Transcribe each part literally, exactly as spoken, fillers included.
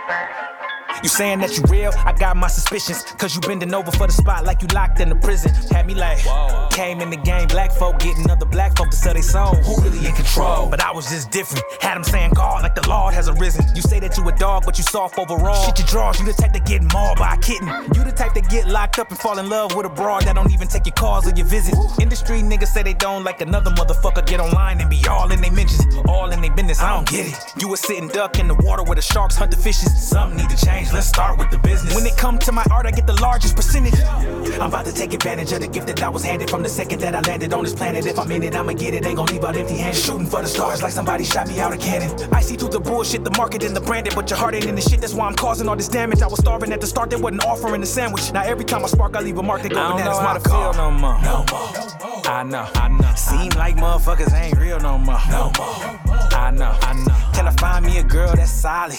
You saying that you real? I got my suspicions. Cause you bending over for the spot like you locked in the prison. Had me like, whoa. Came in the game, black folk getting other black folk to sell their soul. Who really in control? But I was just different. Had them saying God like the Lord has arisen. You say that you a dog, but you soft overall. Shit you draws, you the type to get mauled by a kitten. You the type to get locked up and fall in love with a broad that don't even take your calls or your visits. Industry niggas say they don't like another motherfucker. Get online and be all in they mentions. All in they business, I don't get it. You a sitting duck in the water where the sharks hunt the fishes. Something need to change, let's start with the business. When it come to my art, I get the largest percentage. I'm about to take advantage of the gift that I was handed from the second that I landed on this planet. If I'm in it, I'ma get it, ain't gon' leave out empty handed. Shooting for the stars like somebody shot me out a cannon. I see through the bullshit, the market and the branded, but your heart ain't in the shit, that's why I'm causing all this damage. I was starving at the start, they wasn't offering a sandwich. Now every time I spark, I leave a mark, they go, and that is my car. No more. No more. I know, I know. Seem like motherfuckers ain't real no more. No more. I know, I know. Till I find me a girl that's solid.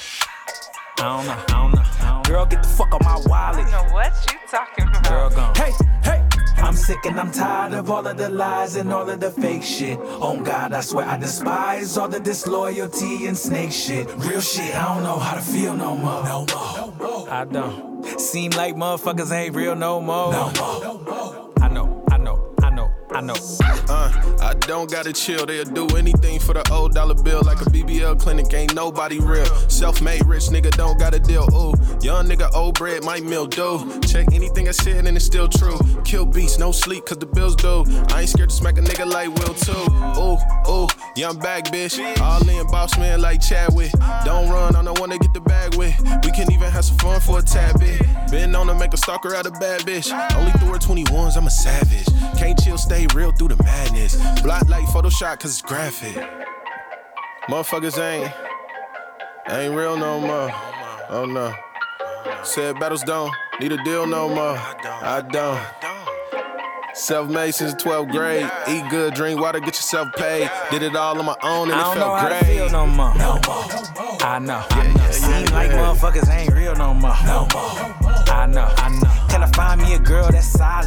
I don't know, I don't know, I don't know. Girl, get the fuck on my wallet. I don't know what you talking about. Girl, gone. Hey, hey. I'm sick and I'm tired of all of the lies and all of the fake shit. Oh God, I swear I despise all the disloyalty and snake shit. Real shit, I don't know how to feel no more. No more. I don't. Seem like motherfuckers ain't real no more. No more. I know, I know, I know, I know. Uh, I don't gotta chill, they'll do anything for the old dollar bill. Like a B B L clinic, ain't nobody real. Self-made rich nigga don't got a deal, ooh. Young nigga, old bread, might mildew. Check anything I said and it's still true. Kill beats, no sleep, cause the bills due. I ain't scared to smack a nigga like Will too. Ooh, ooh, young bag bitch. All in boss man like Chadwick. Don't run, I'm the one to get the bag with. We can even have some fun for a tad bit. Been on to make a stalker out of bad bitch. Only through her twenty-ones, I'm a savage. Can't chill, stay real through the madness. Block like Photoshop cause it's graphic. Motherfuckers ain't Ain't real no more. Oh no. Said battles don't need a deal no more. I don't. Self-made since twelfth grade. Eat good, drink water, get yourself paid. Did it all on my own and it felt great. I don't know how to feel no more. No more. I know. I know. Seem like motherfuckers ain't real no more. No more. I know. I know. Till I find me a girl that's solid.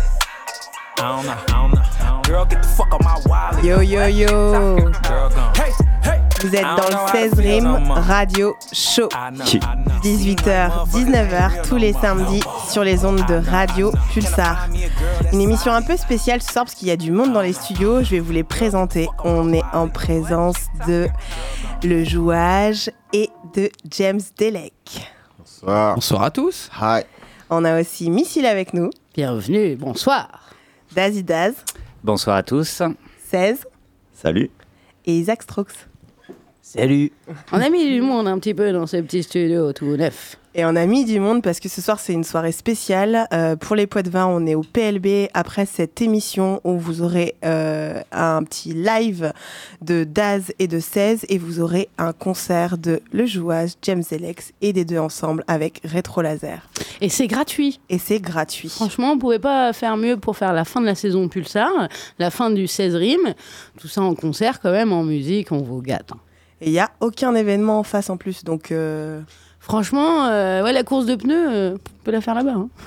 I don't know. I don't know. I don't know. Girl, get the fuck on my wallet. Yo yo yo. Girl, gone. Hey, hey. Vous êtes dans le seize Rimes Radio Show. dix-huit heures, dix-neuf heures, tous les samedis sur les ondes de Radio Pulsar. Une émission un peu spéciale ce soir parce qu'il y a du monde dans les studios. Je vais vous les présenter. On est en présence de Le Jouage et de James Delec. Bonsoir. Bonsoir à tous. Hi. On a aussi Missile avec nous. Bienvenue, bonsoir. Dazzy Daz. Bonsoir à tous. seize. Salut. Et Isaac Strokes. Salut. On a mis du monde un petit peu dans ces petits studios tout neufs. Et on a mis du monde parce que ce soir c'est une soirée spéciale. Euh, pour les Poids-de-Vin, on est au P L B après cette émission où vous aurez euh, un petit live de Daz et de seize et vous aurez un concert de Le Jouage, James Delec et des deux ensemble avec Rétro Laser. Et c'est gratuit. Et c'est gratuit. Franchement, on ne pouvait pas faire mieux pour faire la fin de la saison Pulsar, la fin du seize Rimes. Tout ça en concert quand même, en musique, on vous gâte. Et il n'y a aucun événement en face en plus, donc... Euh... Franchement, euh, ouais, la course de pneus, euh, on peut la faire là-bas. Hein.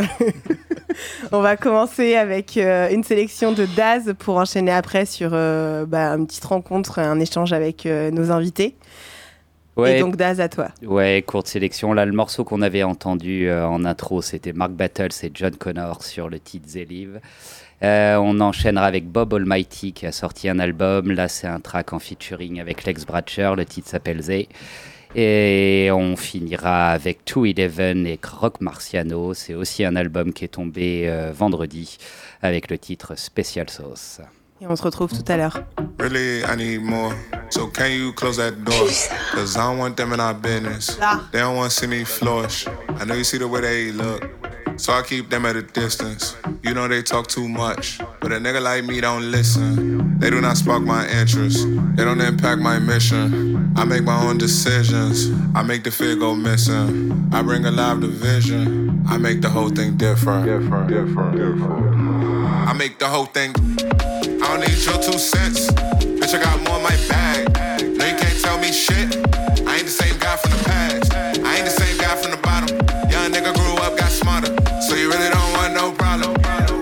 On va commencer avec euh, une sélection de Daz pour enchaîner après sur euh, bah, une petite rencontre, un échange avec euh, nos invités. Ouais, et donc Daz, à toi. Ouais, courte sélection. Là, le morceau qu'on avait entendu euh, en intro, c'était Mark Battles et John Connor sur le titre They Live. Euh, on enchaînera avec Bob Almighty qui a sorti un album. Là, c'est un track en featuring avec Lex Bratcher. Le titre s'appelle They. Et on finira avec two eleven et Rock Marciano. C'est aussi un album qui est tombé euh, vendredi avec le titre Special Sauce. Et on se retrouve tout à l'heure. Really, I need more. So can you close that door? Cause I don't want them in our business. They don't want to see me flourish. I know you see the way they look. So I keep them at a distance. You know they talk too much, but a nigga like me don't listen. They do not spark my interest. They don't impact my mission. I make my own decisions. I make the fear go missing. I bring alive the vision. I make the whole thing different. Different, different, different. I make the whole thing. I don't need your two cents. Bitch, I got more in my bag. No, you can't tell me shit. I ain't the same guy from the past. I ain't the same guy from the bottom. Young nigga grew up, got smarter. So you really don't want no problem.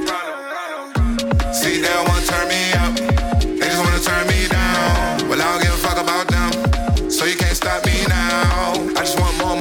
See, they don't wanna turn me up. They just wanna turn me down. Well, I don't give a fuck about them. So you can't stop me now. I just want more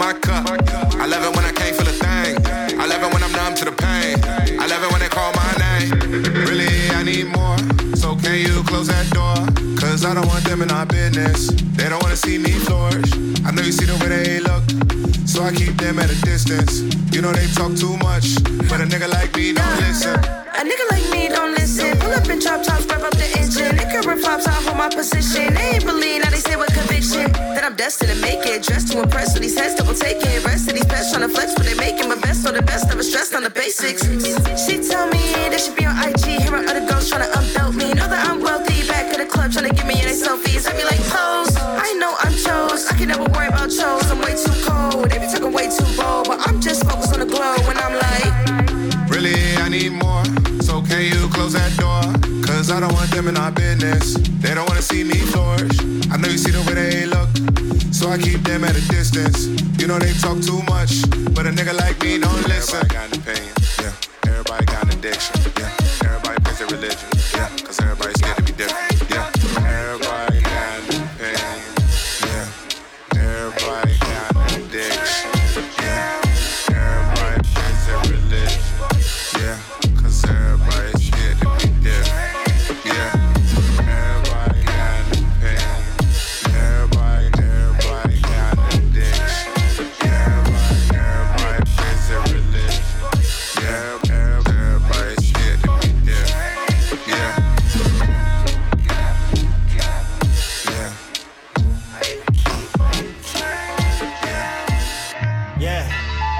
can you close that door? Cause I don't want them in our business. They don't wanna see me flourish. I know you see the way they look, so I keep them at a distance. You know they talk too much, but a nigga like me don't listen. A nigga like me don't listen. Pull up in drop tops, rev up the engine. Nigga rip flops, I hold my position. They ain't believe, now they say with conviction that I'm destined to make it. Dressed to impress with these heads, double take it. Rest of these pests tryna flex, but they making my best. So the best, never stressed on the basics. She tell me they should be on I G. Here are other girls tryna unbelt me. Know that I'm wealthy, back at the club tryna give me any selfies. I be like, pose, I know I'm chose. I can never worry about chose, I'm way too cold. They be talking way too bold, but I'm just focused on the glow. When I'm like, really, I need more. So can you close that door? Cause I don't want them in our business. They don't wanna see me flourish. I know you see the way they look, so I keep them at a distance. You know they talk too much, but a nigga like me don't listen. Everybody got an opinion, yeah. Everybody got an addiction, yeah. Everybody plays their religion, yeah. Cause everybody's scared to be different, yeah. Everybody got an opinion, yeah. Everybody got an addiction, yeah. Everybody plays their religion, yeah. Cause everybody's scared to be different, yeah. Everybody got an opinion, everybody, everybody got an addiction, yeah. Everybody, everybody plays their religion, yeah. Everybody's scared to be different, yeah. Yeah. Yeah.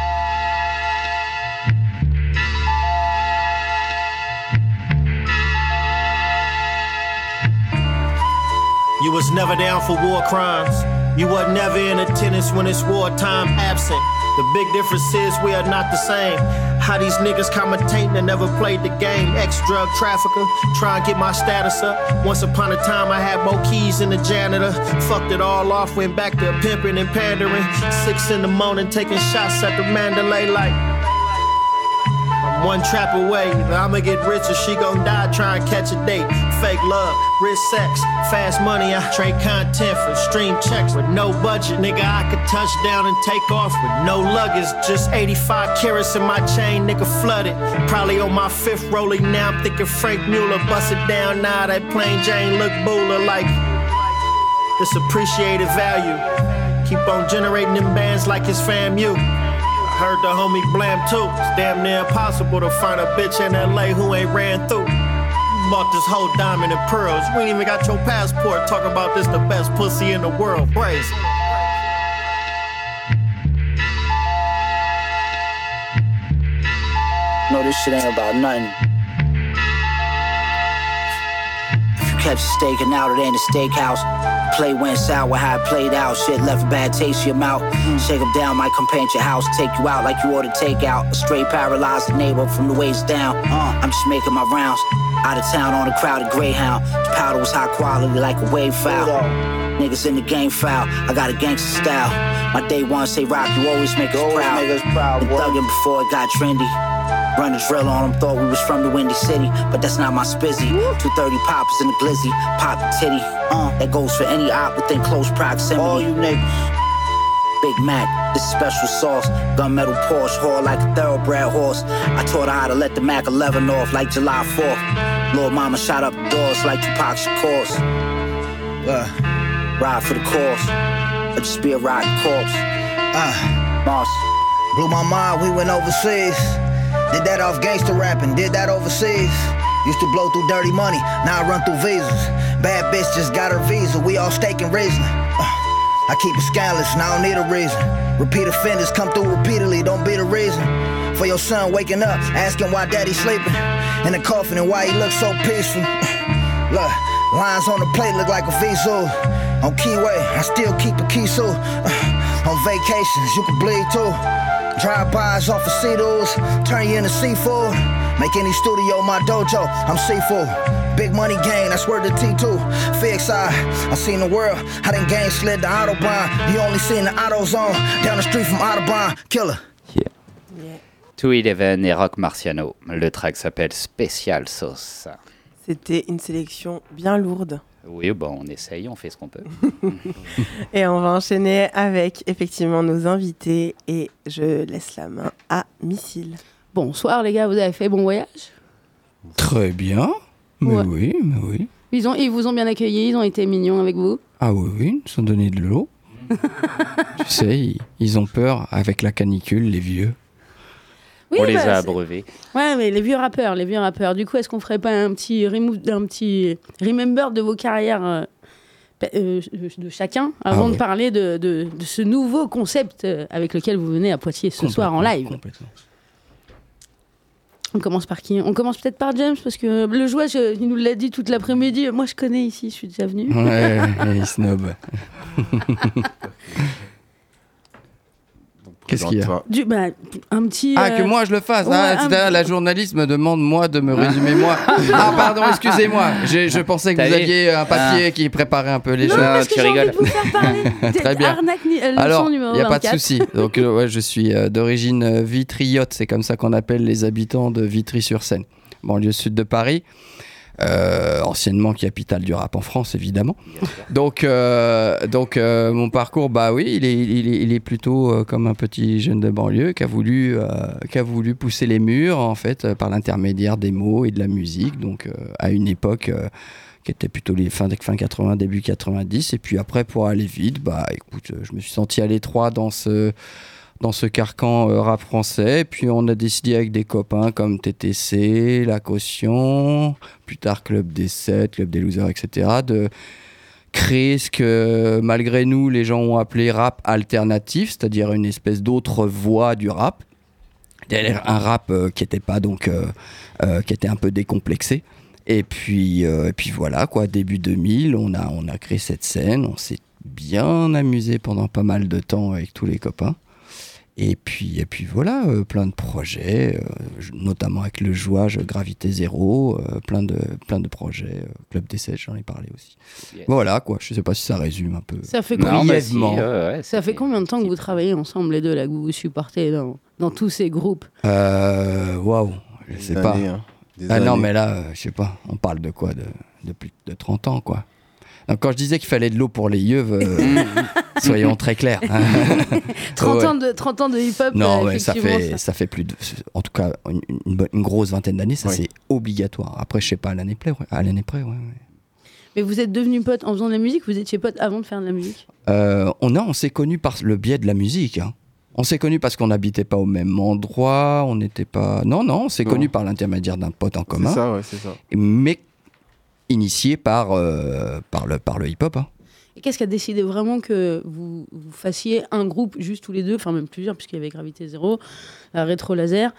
You was never down for war crimes. You was never in attendance when it's wartime absent. The big difference is we are not the same. How these niggas commentating and never played the game. Ex-drug trafficker, try and get my status up. Once upon a time I had more keys than the janitor. Fucked it all off, went back to pimping and pandering. Six in the morning taking shots at the Mandalay Light. I'm one trap away, I'ma get rich or she gon' die trying to catch a date. Fake love, rich sex, fast money, I trade content for stream checks. With no budget, nigga, I could touch down and take off with no luggage. Just eighty-five carats in my chain, nigga, flooded. Probably on my fifth rolling now, I'm thinking Frank Mueller. Bust it down now, that plain Jane look booler like this appreciated value. Keep on generating them bands like it's FAMU. I heard the homie Blam too. It's damn near impossible to find a bitch in L A who ain't ran through. Bought this whole diamond and pearls. You ain't even got your passport. Talk about this the best pussy in the world. Crazy. No, this shit ain't about nothing. If you catch a steak and out, it ain't a steakhouse. Play went sour, how it played out. Shit left a bad taste in your mouth. Shake them down, might come paint your house. Take you out like you ordered takeout. A straight paralyzed neighbor from the waist down. Uh, I'm just making my rounds. Out of town on a crowded Greyhound. The powder was high quality like a wave foul. Niggas in the game foul. I got a gangster style. My day one say rock, you always make us proud. Make us proud. Been thugging before it got trendy. Run the drill on them, thought we was from the Windy City, but that's not my spizzy. two thirty poppers in the glizzy, pop the titty. Uh, that goes for any op within close proximity. All you niggas. Big Mac, this is special sauce. Gunmetal Porsche, haul like a thoroughbred horse. I taught her how to let the Mac eleven off like July fourth. Lil' mama shot up the doors like Tupac Shakur's. Uh, ride for the cause, or just be a riding corpse. Uh, Moss. Blew my mind, we went overseas. Did that off gangster rapping, did that overseas. Used to blow through dirty money, now I run through visas. Bad bitch just got her visa, we all staking reason. Uh, I keep it scandalous, and I don't need a reason. Repeat offenders come through repeatedly, don't be the reason. For your son waking up, asking why daddy sleeping in the coffin and why he looks so peaceful. Look, lines on the plate look like a visa. On Keyway, I still keep a key so. Uh, on vacations, you can bleed too. Drive-bys off of C-Doos, turn you into seafood. Make any studio my dojo, I'm seafood. Big money gain, that's word to T two. Fix I, I seen the world, I done gang slid the Autobahn. You only seen the AutoZone, down the street from Autobahn. Killer. Yeah. Yeah. two eleven et Rock Marciano. Le track s'appelle Special Sauce. C'était une sélection bien lourde. Oui, bon, on essaye, on fait ce qu'on peut. Et on va enchaîner avec effectivement nos invités et je laisse la main à Missile. Bonsoir les gars, vous avez fait bon voyage ? Très bien, mais ouais. oui, mais oui. Ils, ont, ils vous ont bien accueilli, ils ont été mignons avec vous? Ah oui, oui, ils nous ont donné de l'eau. Tu sais, ils, ils ont peur avec la canicule, les vieux. Oui, On les bah, a c'est- abreuvés. Ouais, mais les vieux rappeurs, les vieux rappeurs. Du coup, est-ce qu'on ferait pas un petit, remove, un petit remember de vos carrières euh, euh, de chacun avant Ah de ouais. parler de, de, de ce nouveau concept euh, avec lequel vous venez à Poitiers ce soir en live? Complètement. On commence par qui? On commence peut-être par James, parce que le jouage, euh, il nous l'a dit toute l'après-midi. Moi, je connais ici, je suis déjà venu. Ouais, les snobs. Qu'est-ce qu'il y a? Du, bah, un petit. Ah, euh, que moi je le fasse. ouais, Ah, un- c'est-à-dire, la journaliste me demande, moi, de me résumer, moi. Ah, pardon, excusez-moi. Je, je pensais que T'as vous vu aviez un papier Ah. qui préparait un peu les Non, choses. parce que tu j'ai envie rigoles. de vous faire parler. Très bien. Arnaque, ni- euh, leçon Alors, il numéro n'y a pas de vingt-quatre. souci. Donc, euh, ouais, je suis euh, d'origine euh, vitriote, c'est comme ça qu'on appelle les habitants de Vitry-sur-Seine, banlieue sud de Paris. Euh, anciennement capitale du rap en France, évidemment. Donc, euh, donc euh, mon parcours, bah oui, il est, il est, il est plutôt euh, comme un petit jeune de banlieue qui a voulu, euh, qui a voulu pousser les murs, en fait, euh, par l'intermédiaire des mots et de la musique. Donc, euh, à une époque euh, qui était plutôt les fins, fin quatre-vingts, début quatre-vingt-dix. Et puis après, pour aller vite, bah écoute, euh, je me suis senti à l'étroit dans ce dans ce carcan euh, rap français. Et puis on a décidé avec des copains comme T T C, La Caution, plus tard Club des sept, Club des Losers, et cetera, de créer ce que malgré nous les gens ont appelé rap alternatif, c'est-à-dire une espèce d'autre voie du rap. C'est-à-dire un rap euh, qui était pas donc euh, euh, qui était un peu décomplexé. Et puis euh, et puis voilà quoi, début deux mille, on a on a créé cette scène, on s'est bien amusé pendant pas mal de temps avec tous les copains. Et puis, et puis voilà, euh, plein de projets, euh, je- notamment avec le jouage Gravité Zéro, euh, plein, de, plein de projets. euh, Club des sept, j'en ai parlé aussi. Yes. Voilà quoi, je sais pas si ça résume un peu. Ça fait Non, combien, bah si, brièvement. ouais, ouais, ça fait combien de temps que vous travaillez ensemble, les deux, là, que vous vous supportez dans, dans tous ces groupes? Euh, Waouh, je Des sais pas. années, hein. Des Ah non, années. mais là, euh, je sais pas, on parle de quoi de, de plus de trente ans quoi. Donc quand je disais qu'il fallait de l'eau pour les yeux, euh, soyons très clairs. trente, Ouais. ans de, trente ans de hip-hop, Non, euh, ouais, ça effectivement, fait, ça. ça fait plus de. En tout cas, une, une bonne- une grosse vingtaine d'années, ça Oui. c'est obligatoire. Après, je sais pas, à l'année près, ouais. À l'année près, ouais. ouais. Mais vous êtes devenus potes en faisant de la musique? Vous étiez potes avant de faire de la musique? Euh, on a, on s'est connus par le biais de la musique. Hein. On s'est connus parce qu'on n'habitait pas au même endroit, on n'était pas. Non, non, on s'est Non. connus par l'intermédiaire d'un pote en C'est commun, ça, ouais, c'est ça. mais initié par, euh, par le, par le hip-hop. Hein. Et qu'est-ce qui a décidé vraiment que vous, vous fassiez un groupe juste tous les deux, enfin même plusieurs, puisqu'il y avait Gravité Zéro, la Rétro Laser.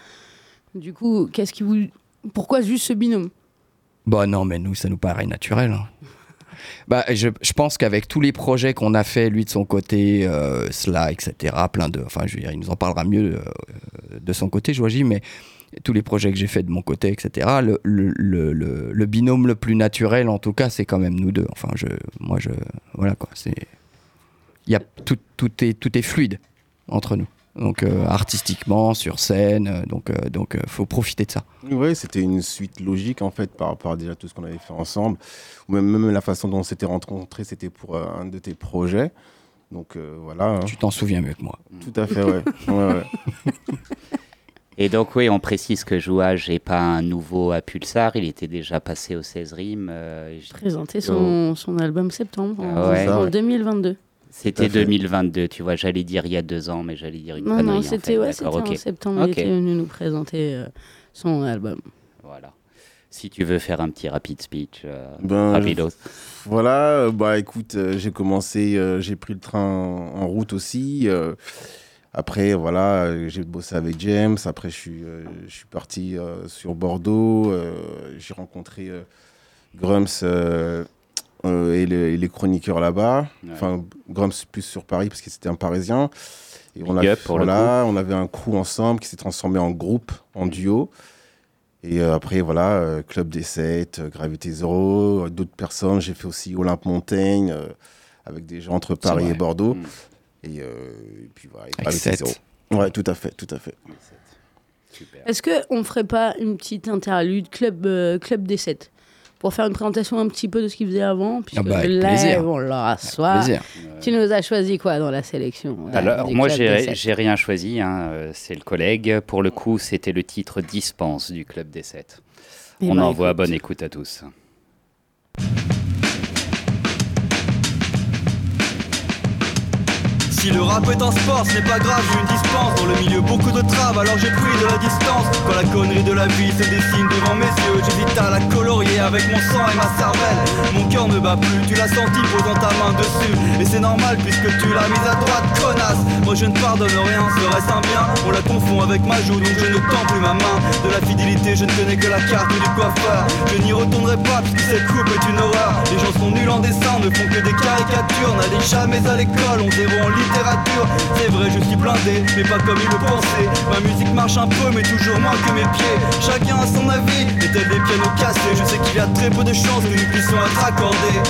Du coup, qu'est-ce qui vous... pourquoi juste ce binôme? Bah non, mais nous, ça nous paraît naturel. Hein. Bah, je, je pense qu'avec tous les projets qu'on a fait, lui de son côté, euh, Sla, et cetera, plein de, enfin, je veux dire, il nous en parlera mieux euh, de son côté, Joachim, mais tous les projets que j'ai fait de mon côté, et cetera. Le, le, le, le, le binôme le plus naturel, en tout cas, c'est quand même nous deux. Enfin, je, moi, je, voilà quoi. C'est, il y a tout, tout est, tout est fluide entre nous. Donc euh, artistiquement, sur scène, euh, donc, euh, donc, euh, faut profiter de ça. Oui, c'était une suite logique en fait par rapport à déjà tout ce qu'on avait fait ensemble. Ou même, même la façon dont on s'était rencontrés, c'était pour euh, un de tes projets. Donc euh, voilà. Hein. Tu t'en souviens mieux que moi. Tout à fait, ouais. ouais, ouais. Et donc, oui, on précise que Jouage n'est pas un nouveau à Pulsar. Il était déjà passé au seize rimes. Euh, je- Présenté son, son album Septembre en, Ah ouais. en deux mille vingt-deux. C'était Tout à fait. deux mille vingt-deux, tu vois. J'allais dire il y a deux ans, mais j'allais dire une Non, connerie. non, en c'était fait. ouais, c'était D'accord, en ok. septembre. Ok. Il était venu nous présenter euh, son album. Voilà. Si tu veux faire un petit rapide speech, euh, Ben, rapidos. Voilà, euh, bah écoute, euh, j'ai commencé, euh, j'ai pris le train en, en route aussi. euh, après, voilà, euh, j'ai bossé avec James. Après, je suis, euh, je suis parti euh, sur Bordeaux. euh, j'ai rencontré euh, Grums euh, euh, et, le- et les chroniqueurs là-bas. Ouais. Enfin, Grums plus sur Paris parce que c'était un Parisien. Et on, Big a, up pour le voilà, on avait un crew ensemble qui s'est transformé en groupe, en duo. Et euh, après, voilà, euh, Club des sept, euh, Gravité Zéro, euh, d'autres personnes. J'ai fait aussi Olympe Montaigne euh, avec des gens entre Paris vrai. et Bordeaux. Mm. Et, euh, et puis voilà, et Avec Gravité sept. Zéro. Ouais, tout à fait, tout à fait. Super. Est-ce qu'on ne ferait pas une petite interlude Club, euh, Club des sept pour faire une présentation un petit peu de ce qu'ils faisaient avant, puisque Ah bah, avec le plaisir. live, on leur assoit. Plaisir. Tu nous as choisi quoi dans la sélection là, Alors, des moi, Club des j'ai sept? j'ai rien choisi. Hein. euh, C'est le collègue. Pour le coup, c'était le titre Dispense du Club des sept. Eh On ben, envoie écoute. bonne écoute à tous. Si le rap est un sport, ce n'est pas grave, j'ai une dispense. Dans le milieu, beaucoup de traves, alors j'ai pris de la distance. Quand la connerie de la vie se dessine devant mes yeux, j'hésite à la colorier avec mon sang et ma cervelle. Mon cœur ne bat plus, tu l'as senti posant ta main dessus. Et c'est normal puisque tu l'as mise à droite, connasse. Moi je ne pardonne rien, serait-ce un bien? On la confond avec ma joue, donc je ne tends plus ma main. De la fidélité, je ne connais que la carte du coiffeur. Je n'y retournerai pas puisque cette coupe est une horreur. Les gens sont nuls en dessin, ne font que des caricatures. N'allez jamais à l'école, on zéro en littérature. C'est vrai, je suis blindé, mais pas comme il le pensait. Ma musique marche un peu, mais toujours moins que mes pieds. Chacun a son avis, et tel des pianos cassés. Je sais qu'il y a très peu de chances que nous puissions être accordés.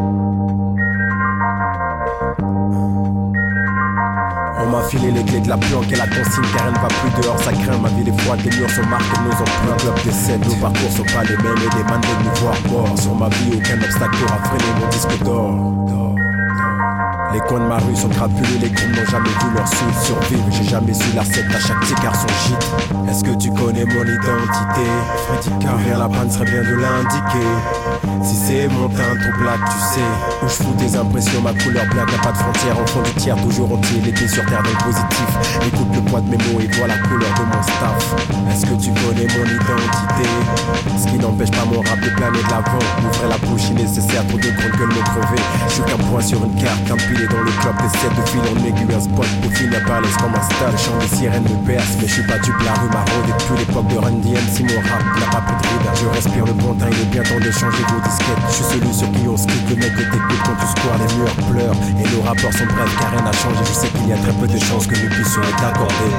On m'a filé les clés de la planque et la consigne car elle ne va plus dehors, ça craint, ma ville est froide, les murs sont marqués, nos emplois, club des sept, nos parcours sont pas les mêmes et des man de nous voir mort. Sur ma vie, aucun obstacle aura freiné mon disque d'or. Les coins de ma rue sont crapulés, les groupes n'ont jamais vu leur souffle survivre. J'ai jamais su la secte à chaque petit garçon gîte. Est-ce que tu connais mon identité? Freddy Car rien la panne serait bien de l'indiquer. Si c'est mon teint tout black, tu sais où je fous des impressions, ma couleur black, y'a pas de frontière. Au fond du tiers, toujours entier, les pieds sur terre dans le positif. Écoute le poids de mes mots et vois la couleur de mon staff. Est-ce que tu connais mon identité? Ce qui n'empêche pas mon rap de planer de l'avant. Ouvrez la bouche nécessaire, trop de grandes gueules m'ont crevé. Je suis qu'un point sur une carte, qu'un pilier dans le club des sept de fil en aiguille, un spot pour finir par l'aise comme un stade. Le chant des sirènes me berce, mais je suis pas du la rue marron. Depuis l'époque de Run D M C, mon rap n'a pas plus de ride. Je respire le bon temps, il est bien temps de changer vos disquettes. Je suis celui sur qui on se quitte, le mec que t'écoutes quand tu squares, les murs pleurent. Et nos rapports sont brefs car rien n'a changé. Je sais qu'il y a très peu de chances que nous puissions être accordés.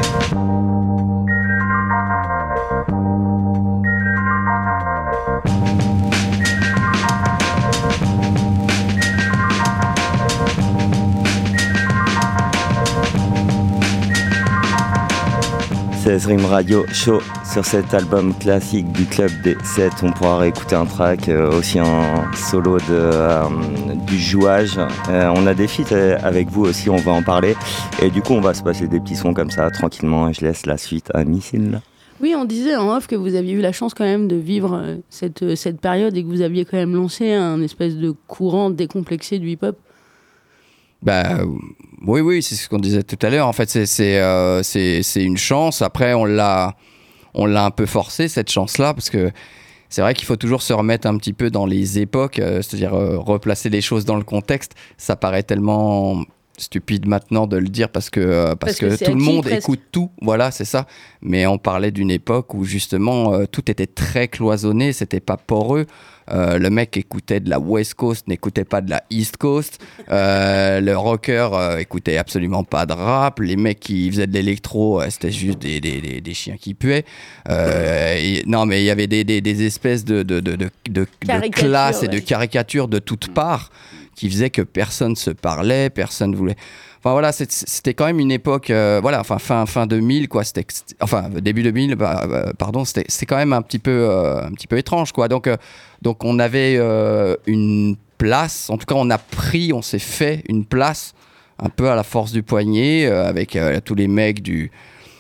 seize Rimes Radio Show. Sur cet album classique du Club des sept, on pourra réécouter un track, euh, aussi un solo de, euh, du jouage. Euh, on a des feats avec vous aussi, on va en parler. Et du coup, on va se passer des petits sons comme ça, tranquillement. Et je laisse la suite à Missile. Oui, on disait en off que vous aviez eu la chance quand même de vivre cette, cette période et que vous aviez quand même lancé un espèce de courant décomplexé du hip-hop. Bah oui, oui, c'est ce qu'on disait tout à l'heure. En fait, c'est, c'est, euh, c'est, c'est une chance. Après, on l'a, on l'a un peu forcé, cette chance-là, parce que c'est vrai qu'il faut toujours se remettre un petit peu dans les époques, euh, c'est-à-dire euh, replacer les choses dans le contexte. Ça paraît tellement stupide maintenant de le dire parce que, euh, parce, parce que, que tout le monde presque. Écoute tout, voilà, c'est ça. Mais on parlait d'une époque où justement euh, tout était très cloisonné, c'était pas poreux. Euh, le mec écoutait de la West Coast, n'écoutait pas de la East Coast. Euh, le rocker euh, écoutait absolument pas de rap. Les mecs qui faisaient de l'électro, euh, c'était juste des, des, des, des chiens qui puaient. Euh, et, non, mais il y avait des, des, des espèces de, de, de, de, de, de classes ouais. et de caricatures de toutes parts qui faisaient que personne se parlait, personne voulait... Enfin voilà, c'était quand même une époque, euh, voilà, enfin fin, fin deux mille, quoi, c'était, enfin début deux mille, bah, bah, pardon, c'était, c'était quand même un petit peu, euh, un petit peu étrange, quoi. Donc, euh, donc on avait euh, une place, en tout cas on a pris, on s'est fait une place un peu à la force du poignet, euh, avec euh, tous les mecs du...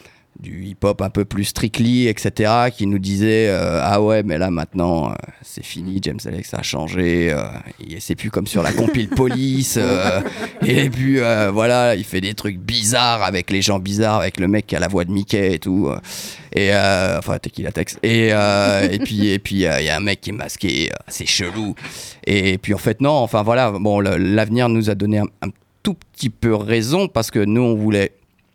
du hip-hop un peu plus strictly, et cetera, qui nous disaient euh, ah ouais, mais là maintenant euh, c'est fini, James Alex a changé, euh, et c'est plus comme sur la compile Police, euh, et puis euh, voilà, il fait des trucs bizarres avec les gens bizarres, avec le mec qui a la voix de Mickey et tout, euh, et euh, enfin Tequila Tex, et euh, et puis et puis il euh, y a un mec qui est masqué, euh, c'est chelou, et puis en fait non, enfin voilà, bon le, l'avenir nous a donné un, un tout petit peu raison parce que nous on voulait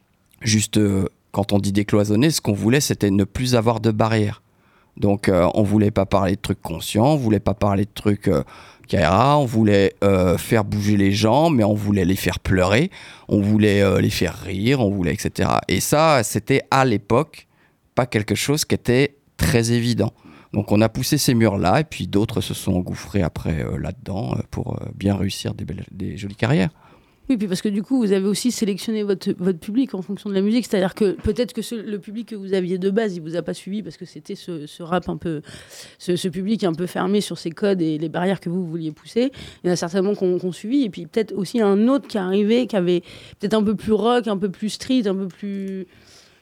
juste euh, quand on dit décloisonner, ce qu'on voulait, c'était ne plus avoir de barrières. Donc, euh, on voulait pas parler de trucs conscients, on voulait pas parler de trucs euh, K R A, on voulait euh, faire bouger les gens, mais on voulait les faire pleurer, on voulait euh, les faire rire, on voulait, et cetera. Et ça, c'était à l'époque pas quelque chose qui était très évident. Donc, on a poussé ces murs-là, et puis d'autres se sont engouffrés après euh, là-dedans euh, pour euh, bien réussir des, belles, des jolies carrières. Oui, puis parce que du coup, vous avez aussi sélectionné votre, votre public en fonction de la musique. C'est-à-dire que peut-être que ce, le public que vous aviez de base, il ne vous a pas suivi parce que c'était ce, ce rap un peu... Ce, ce public un peu fermé sur ses codes et les barrières que vous vouliez pousser. Il y en a certainement qu'on, qu'on suivi. Et puis peut-être aussi un autre qui est arrivé, qui avait peut-être un peu plus rock, un peu plus street, un peu plus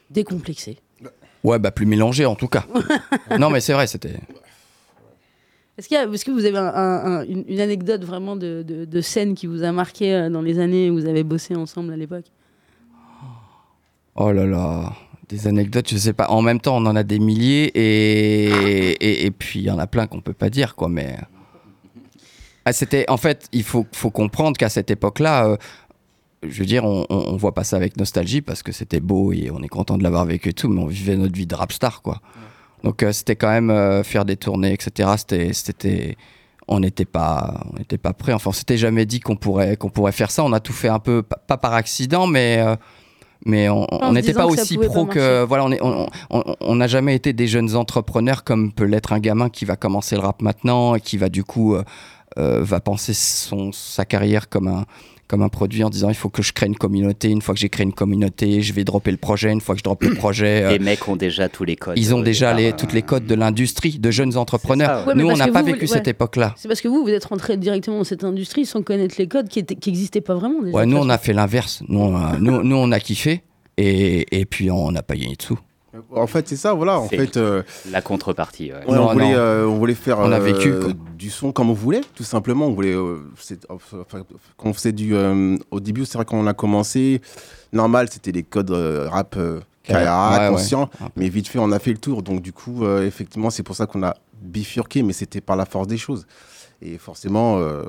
décomplexé. Ouais, bah plus mélangé en tout cas. Non, mais c'est vrai, c'était... Est-ce, qu'il y a, est-ce que vous avez un, un, une, une anecdote vraiment de, de, de scène qui vous a marqué dans les années où vous avez bossé ensemble à l'époque? Oh là là, des anecdotes, je sais pas. En même temps, on en a des milliers et, et, et puis il y en a plein qu'on peut pas dire, quoi. Mais ah, c'était, en fait, il faut, faut comprendre qu'à cette époque-là, euh, je veux dire, on, on, on voit pas ça avec nostalgie parce que c'était beau et on est content de l'avoir vécu et tout, mais on vivait notre vie de rap star, quoi. Donc euh, c'était quand même euh, faire des tournées, et cetera. C'était, c'était, on n'était pas, on n'était pas prêts. Enfin, on s'était jamais dit qu'on pourrait, qu'on pourrait faire ça. On a tout fait un peu, pas par accident, mais euh, mais on n'était pas aussi pro que, voilà, on n'a jamais été des jeunes entrepreneurs comme peut l'être un gamin qui va commencer le rap maintenant et qui va du coup euh, euh, va penser son sa carrière comme un comme un produit en disant il faut que je crée une communauté, une fois que j'ai créé une communauté, je vais dropper le projet, une fois que je droppe le projet... Les euh, mecs ont déjà tous les codes. Ils ont déjà les, toutes les codes de l'industrie, de jeunes entrepreneurs. Ouais, nous, on n'a pas vous, vécu ouais. cette époque-là. C'est parce que vous, vous êtes rentré directement dans cette industrie sans connaître les codes qui n'existaient pas vraiment déjà. Ouais, nous, on a fait l'inverse. Nous, on a, nous, nous, on a kiffé et, et puis on n'a pas gagné de sous. En fait, c'est ça, voilà. En c'est fait, euh, la contrepartie. Ouais. Ouais, non, on, voulait, euh, on voulait faire on a euh, vécu, du son comme on voulait, tout simplement. On voulait, euh, c'est, enfin, quand on faisait du, euh, au début, c'est vrai quand on a commencé, normal, c'était les codes euh, rap euh, carrière, ouais, conscient, ouais. Mais vite fait, on a fait le tour. Donc du coup, euh, effectivement, c'est pour ça qu'on a bifurqué, mais c'était par la force des choses. Et forcément, euh,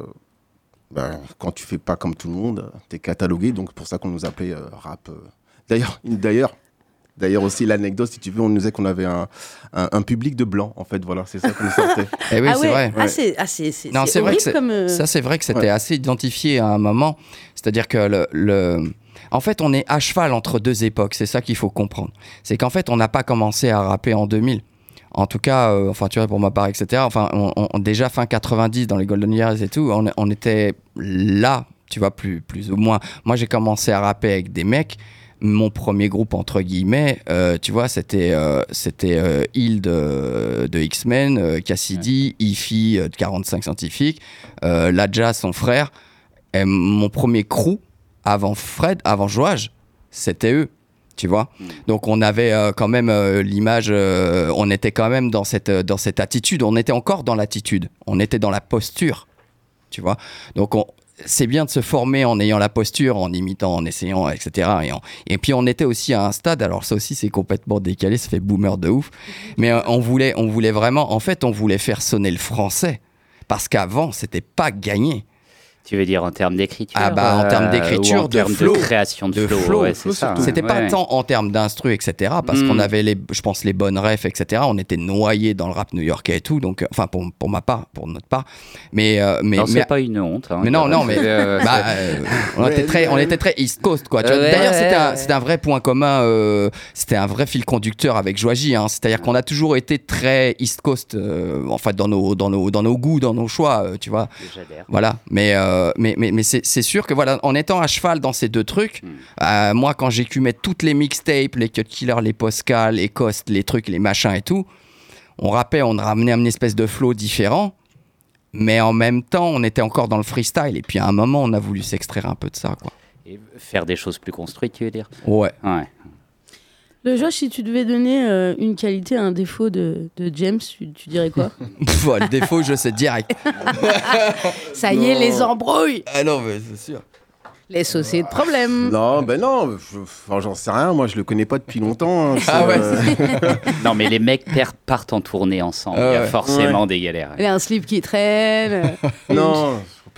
ben, quand tu fais pas comme tout le monde, t'es catalogué. Donc c'est pour ça qu'on nous appelait euh, rap. Euh. D'ailleurs, d'ailleurs. D'ailleurs aussi l'anecdote, si tu veux, on nous disait qu'on avait un, un, un public de blancs, en fait, voilà, c'est ça qu'on nous sortait. Et oui, ah c'est ouais. vrai. Ah, c'est, ah, c'est, c'est, non, c'est c'est horrible vrai que comme... Euh... Ça, c'est vrai que c'était ouais. assez identifié à un moment. C'est-à-dire que le, le... En fait, on est à cheval entre deux époques, c'est ça qu'il faut comprendre. C'est qu'en fait, on n'a pas commencé à rapper en deux mille. En tout cas, euh, enfin, tu vois, pour ma part, et cetera. Enfin, on, on, déjà fin quatre-vingt-dix, dans les Golden Years et tout, on, on était là, tu vois, plus, plus ou moins. Moi, j'ai commencé à rapper avec des mecs. Mon premier groupe, entre guillemets, euh, tu vois, c'était, euh, c'était euh, Hill de, de X-Men, euh, Cassidy, ouais. Ify euh, de quarante-cinq Scientifiques, euh, Ladja, son frère. Et mon premier crew, avant Fred, avant Joage, c'était eux, tu vois. Mm. Donc on avait euh, quand même euh, l'image, euh, on était quand même dans cette, dans cette attitude, on était encore dans l'attitude, on était dans la posture, tu vois. Donc on... c'est bien de se former en ayant la posture, en imitant, en essayant, et cetera. Et, en... et puis on était aussi à un stade, alors ça aussi c'est complètement décalé, ça fait boomer de ouf, mais on voulait, on voulait vraiment, en fait on voulait faire sonner le français, parce qu'avant c'était pas gagné. Tu veux dire en termes d'écriture? Ah bah en termes d'écriture, euh, en de termes flow, de création de, de flow, flow, ouais, c'est ça. C'était ouais, pas ouais. tant en termes d'instru, et cetera. Parce mm. qu'on avait les, je pense, les bonnes refs, et cetera. On était noyés dans le rap new-yorkais et tout, donc, enfin pour pour ma part, pour notre part. Mais euh, mais non, mais c'est pas une honte. Hein, mais non, non, mais euh, bah, euh, on était très, on était très East Coast, quoi. Tu vois, ouais, d'ailleurs, ouais, c'était un, ouais. c'était un vrai point commun. Euh, c'était un vrai fil conducteur avec Joaji. Hein. C'est-à-dire qu'on a toujours été très East Coast, euh, en fait, dans nos dans nos dans nos goûts, dans nos choix, euh, tu vois. J'adhère. Voilà. Mais euh, mais mais mais c'est c'est sûr que voilà. En étant à cheval dans ces deux trucs, mm. euh, moi quand j'écumais toutes les mixtapes, les Cut Killers, les Posca, les Cost, les trucs, les machins et tout, on rappait, on ramenait une espèce de flow différent, mais en même temps on était encore dans le freestyle et puis à un moment on a voulu s'extraire un peu de ça, quoi. Et faire des choses plus construites, tu veux dire? Ouais. Ouais. Le Josh, si tu devais donner euh, une qualité, un défaut de, de James, tu, tu dirais quoi? Pff, le défaut, je sais direct. Ça y est, non. les embrouilles. Ah non, mais c'est sûr. Les sociétés de problème. Non, ben non, je, enfin, j'en sais rien. Moi, je le connais pas depuis longtemps. Hein, ah ouais. Euh... non, mais les mecs per- partent en tournée ensemble. Ah, il y a ouais. forcément ouais. des galères. Il y a un slip qui traîne. non.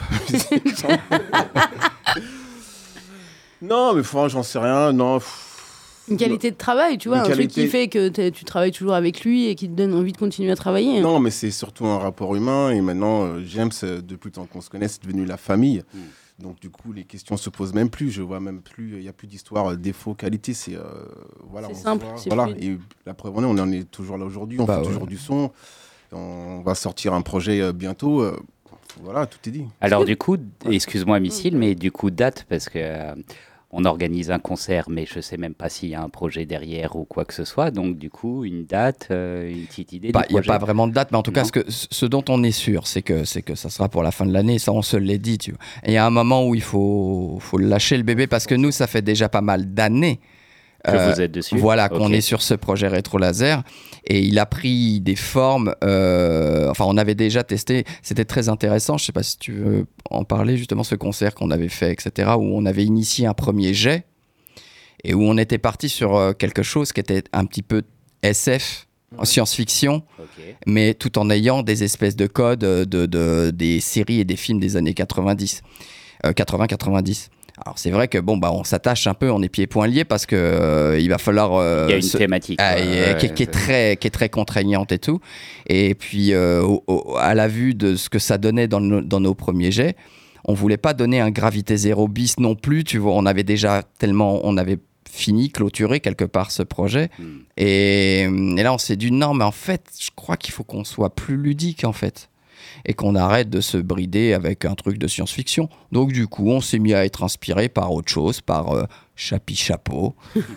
non, mais enfin, j'en sais rien. Non. Une qualité de travail, tu vois, une un qualité... truc qui fait que tu travailles toujours avec lui et qui te donne envie de continuer à travailler. Non, mais c'est surtout un rapport humain. Et maintenant, euh, James, euh, depuis le temps qu'on se connaît, c'est devenu la famille. Mm. Donc, du coup, les questions se posent même plus. Je vois même plus, il n'y a plus d'histoire euh, défaut, qualité. C'est, euh, voilà, c'est simple. Voit, c'est voilà. Et la preuve, on en est toujours là aujourd'hui. On bah, fait ouais. toujours du son. On va sortir un projet euh, bientôt. Euh, voilà, tout est dit. Alors, du coup, excuse-moi, Missile, mais du coup, date, parce que. Euh, on organise un concert, mais je ne sais même pas s'il y a un projet derrière ou quoi que ce soit. Donc, du coup, une date, euh, une petite idée bah, du projet. Il n'y a pas vraiment de date, mais en tout non. cas, ce, que, ce dont on est sûr, c'est que, c'est que ça sera pour la fin de l'année. Ça, on se l'est dit. Tu vois. Et il y a un moment où il faut, faut lâcher le bébé, parce que nous, ça fait déjà pas mal d'années Que euh, vous êtes dessus. Voilà, okay. qu'on est sur ce projet Rétro Laser. Et il a pris des formes. Euh, enfin, on avait déjà testé. C'était très intéressant. Je ne sais pas si tu veux en parler, justement, ce concert qu'on avait fait, et cetera, où on avait initié un premier jet et où on était parti sur quelque chose qui était un petit peu S F, en science-fiction, okay. mais tout en ayant des espèces de codes de, de, de, des séries et des films des années quatre-vingt-dix, euh, quatre-vingts quatre-vingt-dix. Alors c'est vrai que bon bah on s'attache un peu, on est pieds et poings liés parce que euh, il va falloir. Euh, il y a une se... thématique ah, ouais, qui, qui est très qui est très contraignante et tout. Et puis euh, au, au, à la vue de ce que ça donnait dans, no, dans nos premiers jets, on voulait pas donner un gravité zéro bis non plus. Tu vois, on avait déjà tellement, on avait fini, clôturé quelque part ce projet. Mm. Et, et là on s'est dit non mais en fait je crois qu'il faut qu'on soit plus ludique en fait. Et qu'on arrête de se brider avec un truc de science-fiction. Donc du coup, on s'est mis à être inspiré par autre chose, par euh, Chapi Chapeau.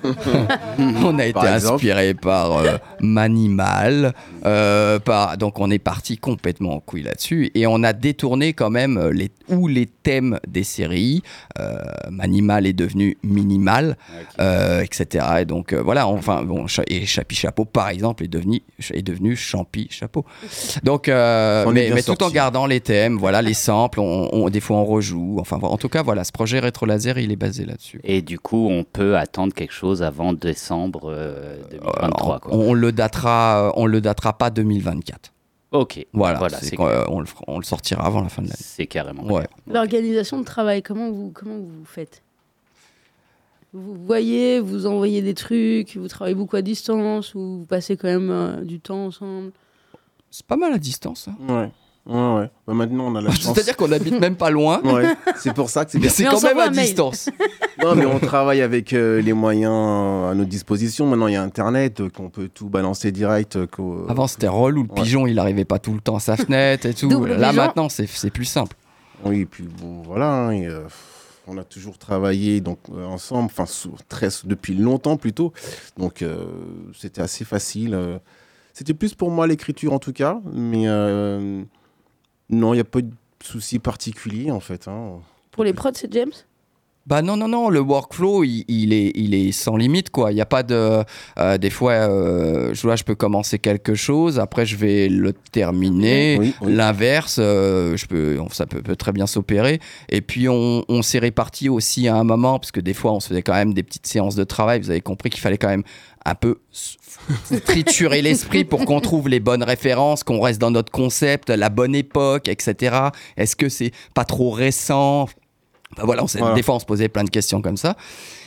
On a été par inspiré par euh, Manimal. Euh, par... Donc on est parti complètement en couille là-dessus. Et on a détourné quand même les... ou les thèmes des séries. Euh, Manimal est devenu Minimal, okay. euh, et cetera. Et donc euh, voilà, enfin, bon, et Chapi Chapeau, par exemple, est devenu, est devenu Champi Chapeau. Donc, euh, mais, mais tout en gardant les thèmes, voilà, les samples, on, on, des fois on rejoue. Enfin, en tout cas, voilà, ce projet Rétro Laser, il est basé là-dessus. Et du coup, on peut attendre quelque chose avant décembre euh, deux mille vingt-trois. Euh, quoi. On, on le datera, on le datera pas deux mille vingt-quatre. Ok. Voilà, voilà c'est c'est euh, on, le, on le sortira avant la fin de l'année. C'est carrément. Ouais. L'organisation de travail, comment vous, comment vous faites ? Vous voyez, vous envoyez des trucs, vous travaillez beaucoup à distance ou vous passez quand même euh, du temps ensemble ? C'est pas mal à distance. Hein. Ouais. Ouais, ouais. Bah maintenant, on a la chance. C'est-à-dire qu'on habite même pas loin. Ouais. C'est pour ça que c'est bien. Mais c'est mais quand même à distance. Non, mais on travaille avec euh, les moyens à notre disposition. Maintenant, il y a Internet, euh, qu'on peut tout balancer direct. Euh, Avant, c'était relou. Le ouais. pigeon, il arrivait pas tout le temps à sa fenêtre et tout. Double Là, pigeon. maintenant, c'est, c'est plus simple. Oui, et puis bon, voilà. Hein, et, euh, on a toujours travaillé donc, euh, ensemble, enfin, très, depuis longtemps plutôt. Donc, euh, c'était assez facile. Euh, c'était plus pour moi l'écriture en tout cas. Mais. Euh, Non, il n'y a pas de souci particulier en fait. Hein. Pour les prods, c'est James ? Bah non, non, non, le workflow, il, il, est, il est sans limite, quoi. Il n'y a pas de... Euh, des fois, euh, je, là, je peux commencer quelque chose, après, je vais le terminer. Oui, oui. L'inverse, euh, je peux, ça peut, peut très bien s'opérer. Et puis, on, on s'est répartis aussi à un moment, parce que des fois, on se faisait quand même des petites séances de travail. Vous avez compris qu'il fallait quand même un peu triturer l'esprit pour qu'on trouve les bonnes références, qu'on reste dans notre concept, la bonne époque, et cetera. Est-ce que c'est pas trop récent ? Enfin, voilà, on s'est, voilà. Des fois on se posait plein de questions comme ça.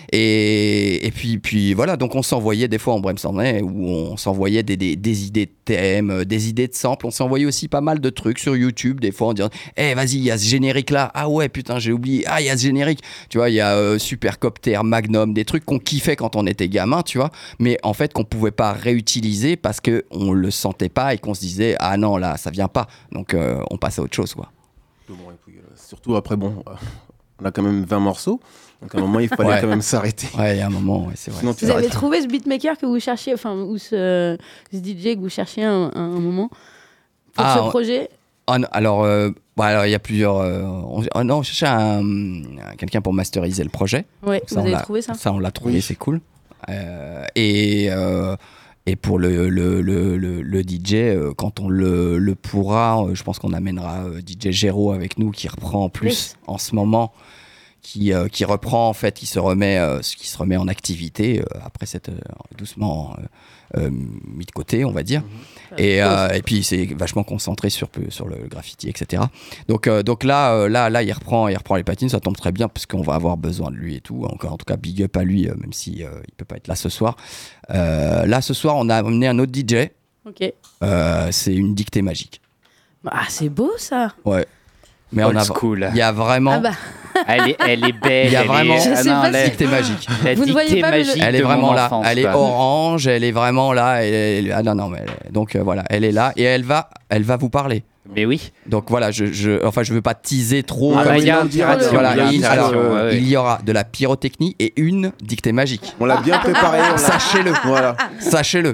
Et, et puis, puis voilà, donc on s'envoyait des fois en brainstormait où on s'envoyait des, des, des idées de thèmes, des idées de samples. On s'envoyait aussi pas mal de trucs sur YouTube, des fois en disant hé, hey, vas-y, il y a ce générique-là. Ah ouais, putain, j'ai oublié. Ah, il y a ce générique. Tu vois, il y a euh, Supercopter, Magnum, des trucs qu'on kiffait quand on était gamin, tu vois, mais en fait qu'on pouvait pas réutiliser parce qu'on le sentait pas et qu'on se disait ah non, là, ça vient pas. Donc euh, on passe à autre chose, quoi. Bon, et puis, euh, surtout après, bon. Euh... On a quand même vingt morceaux, donc à un moment il fallait ouais. quand même s'arrêter. Ouais, il y a un moment, ouais, c'est vrai. Sinon, vous avez trouvé ce beatmaker que vous cherchiez, enfin, ou ce, ce D J que vous cherchiez à un, à un moment pour ah, ce on... projet oh, Alors, euh, bah, alors, il y a plusieurs. Euh, on, oh, non, on cherchait un, un, quelqu'un pour masteriser le projet. Ouais, ça, vous avez trouvé ça Ça, on l'a trouvé, oui. C'est cool. Euh, et. Euh, Et pour le, le, le, le, le D J, euh, quand on le, le pourra, euh, je pense qu'on amènera euh, D J Géraud avec nous, qui reprend en plus oui. en ce moment, qui, euh, qui reprend en fait, qui se remet, euh, qui se remet en activité euh, après cette euh, doucement euh, euh, mis de côté, on va dire. Mmh. Et, euh, et puis c'est vachement concentré sur, sur le graffiti, et cetera. Donc, euh, donc là, euh, là, là, il reprend, il reprend les patines, ça tombe très bien parce qu'on va avoir besoin de lui et tout. Encore, en tout cas, big up à lui, euh, même si euh, il peut pas être là ce soir. Euh, là, ce soir, on a amené un autre D J. Ok. Euh, c'est une dictée magique. Ah, c'est beau ça. Ouais. Mais Old on a, school. Il y a vraiment. Ah bah. Elle est, elle est belle. Il y a vraiment. Est... Ah non, la dictée magique. La Vous ne voyez pas magique. Elle est vraiment là. Enfance, elle quoi. est orange. Elle est vraiment là. Elle est... Ah non non mais elle... donc euh, voilà, elle est là et elle va, elle va vous parler. Mais oui. Donc voilà, je, je, enfin je veux pas teaser trop. Ah, bah, il y a direct, voilà, il, il, alors, ouais, ouais. il y aura de la pyrotechnie et une dictée magique. On l'a bien préparé. Sachez-le. Voilà. Sachez-le.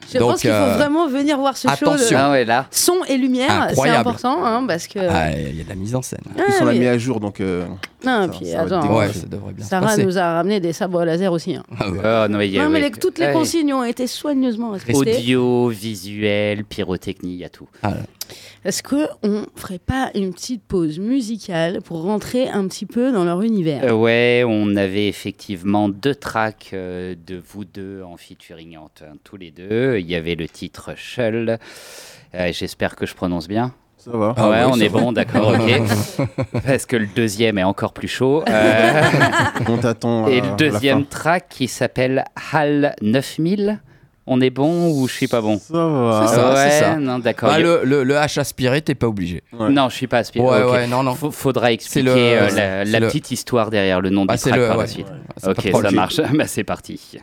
Je Donc, pense qu'il faut euh, vraiment venir voir ce attention. show. Ah ouais, là. Son et lumière, c'est important hein, parce que. Ah, il y a de la mise en scène. Ah, Ils sont oui. la mis à jour donc. Euh, non, ça, puis ça attends. Ouais, ça devrait bien Sarah se passer. nous a ramené des sabres laser aussi. Hein. Ah ouais. oh, non, y a, non, mais ouais. les, toutes les ouais. consignes ont été soigneusement respectées. Audio, visuel, pyrotechnie, il y a tout. Ah, Est-ce qu'on ferait pas une petite pause musicale pour rentrer un petit peu dans leur univers ? euh, Ouais, on avait effectivement deux tracks euh, de vous deux en featuring entre hein, tous les deux. Il y avait le titre Shull. Euh, j'espère que je prononce bien. Ça va. Ah ouais, ah oui, on est va. bon, d'accord, ok. Parce que le deuxième est encore plus chaud. Euh... on t'attend. Et le deuxième track qui s'appelle Hal neuf mille. On est bon ou je suis pas bon ? Ça va. C'est ça, ouais, c'est ça. Non, d'accord. Bah, le, le, le H aspiré, t'es pas obligé. Ouais. Non, je suis pas aspiré. Ouais, okay. ouais, non, non. F- faudra expliquer le, euh, la, la le... petite histoire derrière le nom ah, du track le, par ouais. la suite. Ouais, ok, ça marche. bah, c'est parti.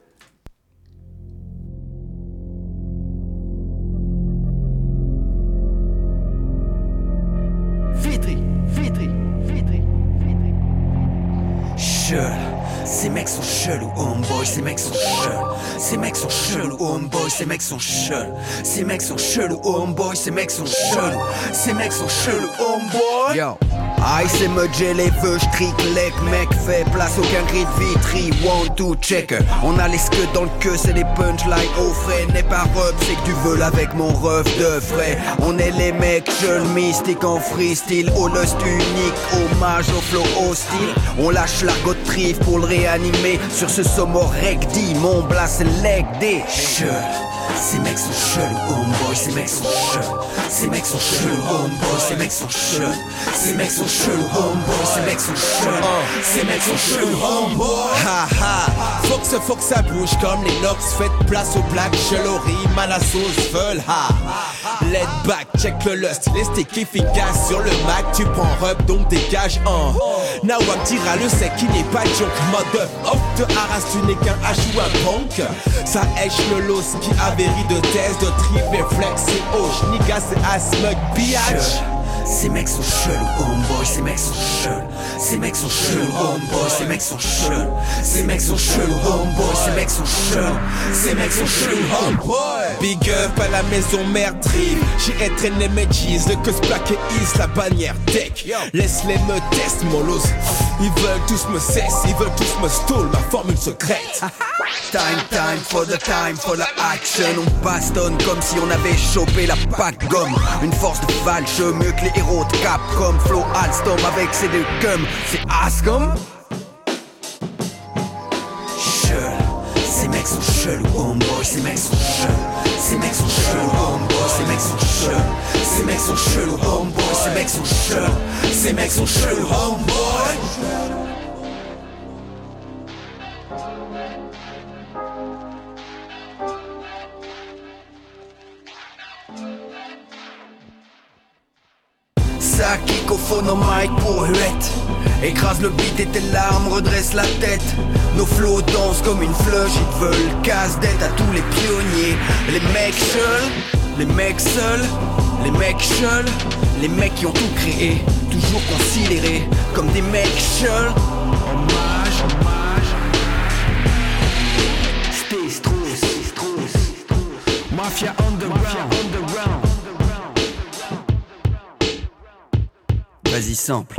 Vitry, Vitry, Vitry, Vitry. Shull. Ces mecs sont chelous, homeboy, ces mecs sont chelous. Ces mecs sont chelous, homeboy, ces mecs sont chelous. Ces mecs sont chelous, homeboy, ces mecs sont chelous. Ces mecs sont chelous, homeboy. Yo. Aïe, c'est me les vœux, j'trick, lec, mec, fait place, aucun gris de vitry, one, two, check. On a les scuds dans le queue, c'est des punchlines au frais, n'est pas rub, c'est que tu veux avec mon ref de frais. On est les mecs, jeunes mystiques en freestyle, au lust unique, hommage au flow hostile. On lâche l'argot de trif pour le réanimer, sur ce sommet recti, mon blast leg des cheveux. Ces mecs sont chelous, homeboy, ces mecs sont chelous. Ces mecs sont chelous, homeboy, ces mecs sont chelous. Ces mecs sont chelous, homeboy, ces mecs sont chelous. Ces mecs sont chelous, homeboy. Ha ha, faut que, ce, faut que ça bouge comme les Nox. Faites place au black, chelory, mal à sauce, veulent ha. Let back, check le lust, les sticks efficaces sur le Mac. Tu prends rub, donc dégage un. Nawak dira le sec qui n'est pas joke. Mode off, te harasse, tu n'es qu'un H ou un punk. Ça hèche le los qui avérit de thèse, de trip et flex et oh, j'niga c'est à smug biatch. Ces mecs sont chelous, homeboy, ces mecs sont chelous. Ces mecs sont chelous, homeboy, ces mecs sont chelous. Ces mecs sont chelous, homeboy, ces mecs sont chelous. Ces mecs sont chelous, homeboy. Big up à la maison mère trip. J'y ai traîné mes jeans, le cos plaqué is, la bannière tech. Laisse-les me test, molos. Ils veulent tous me cesse, ils veulent tous me stole, ma formule secrète. Time, time for the time, for the action. On bastonne comme si on avait chopé la pack gomme. Une force de valche, mieux que les héros de Capcom. Flow Alstom avec ses deux gums, c'est Ascom. Chelou, ces mecs sont chelous, homeboy, ces mecs sont chelous. Ces mecs sont chelous, homeboy, ces mecs sont chelous. Ces mecs sont chelous, homeboy, ces mecs sont chelous. Ces mecs sont chelous, homeboy. Ça kick au phone au mic pour huette. Écrase le beat et tes larmes, redresse la tête. Nos flots dansent comme une fleuve, ils te veulent casse-tête à tous les pionniers. Les mecs seuls, les mecs seuls, les mecs seuls, les mecs qui ont tout créé, toujours considérés comme des mecs seuls. Hommage, hommage. Stay strong, stay strong. Mafia underground, underground. Vas-y, sample.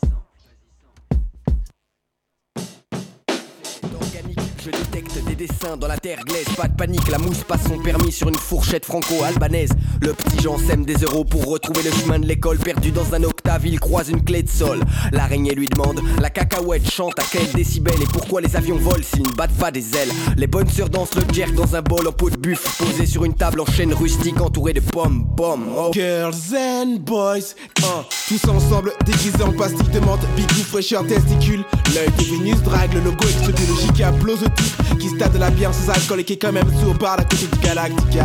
Je détecte des dessins dans la terre glaise. Pas de panique, la mousse passe son permis sur une fourchette franco-albanaise. Le petit Jean sème des euros pour retrouver le chemin de l'école. Perdu dans un octave, il croise une clé de sol. L'araignée lui demande, la cacahuète chante à quel décibel. Et pourquoi les avions volent s'ils ne battent pas des ailes. Les bonnes sœurs dansent le jerk dans un bol en peau de buff, posé sur une table en chaîne rustique entourée de pommes, pommes. Oh. Girls and boys, uh, tous ensemble déguisés en pastille de menthe. Bigou, fraîcheur, testicule. L'œil de Vénus drague, le logo exobiologique applause au type qui se tape de la bière sans alcool et qui est quand même sourd par la côté du Galactica.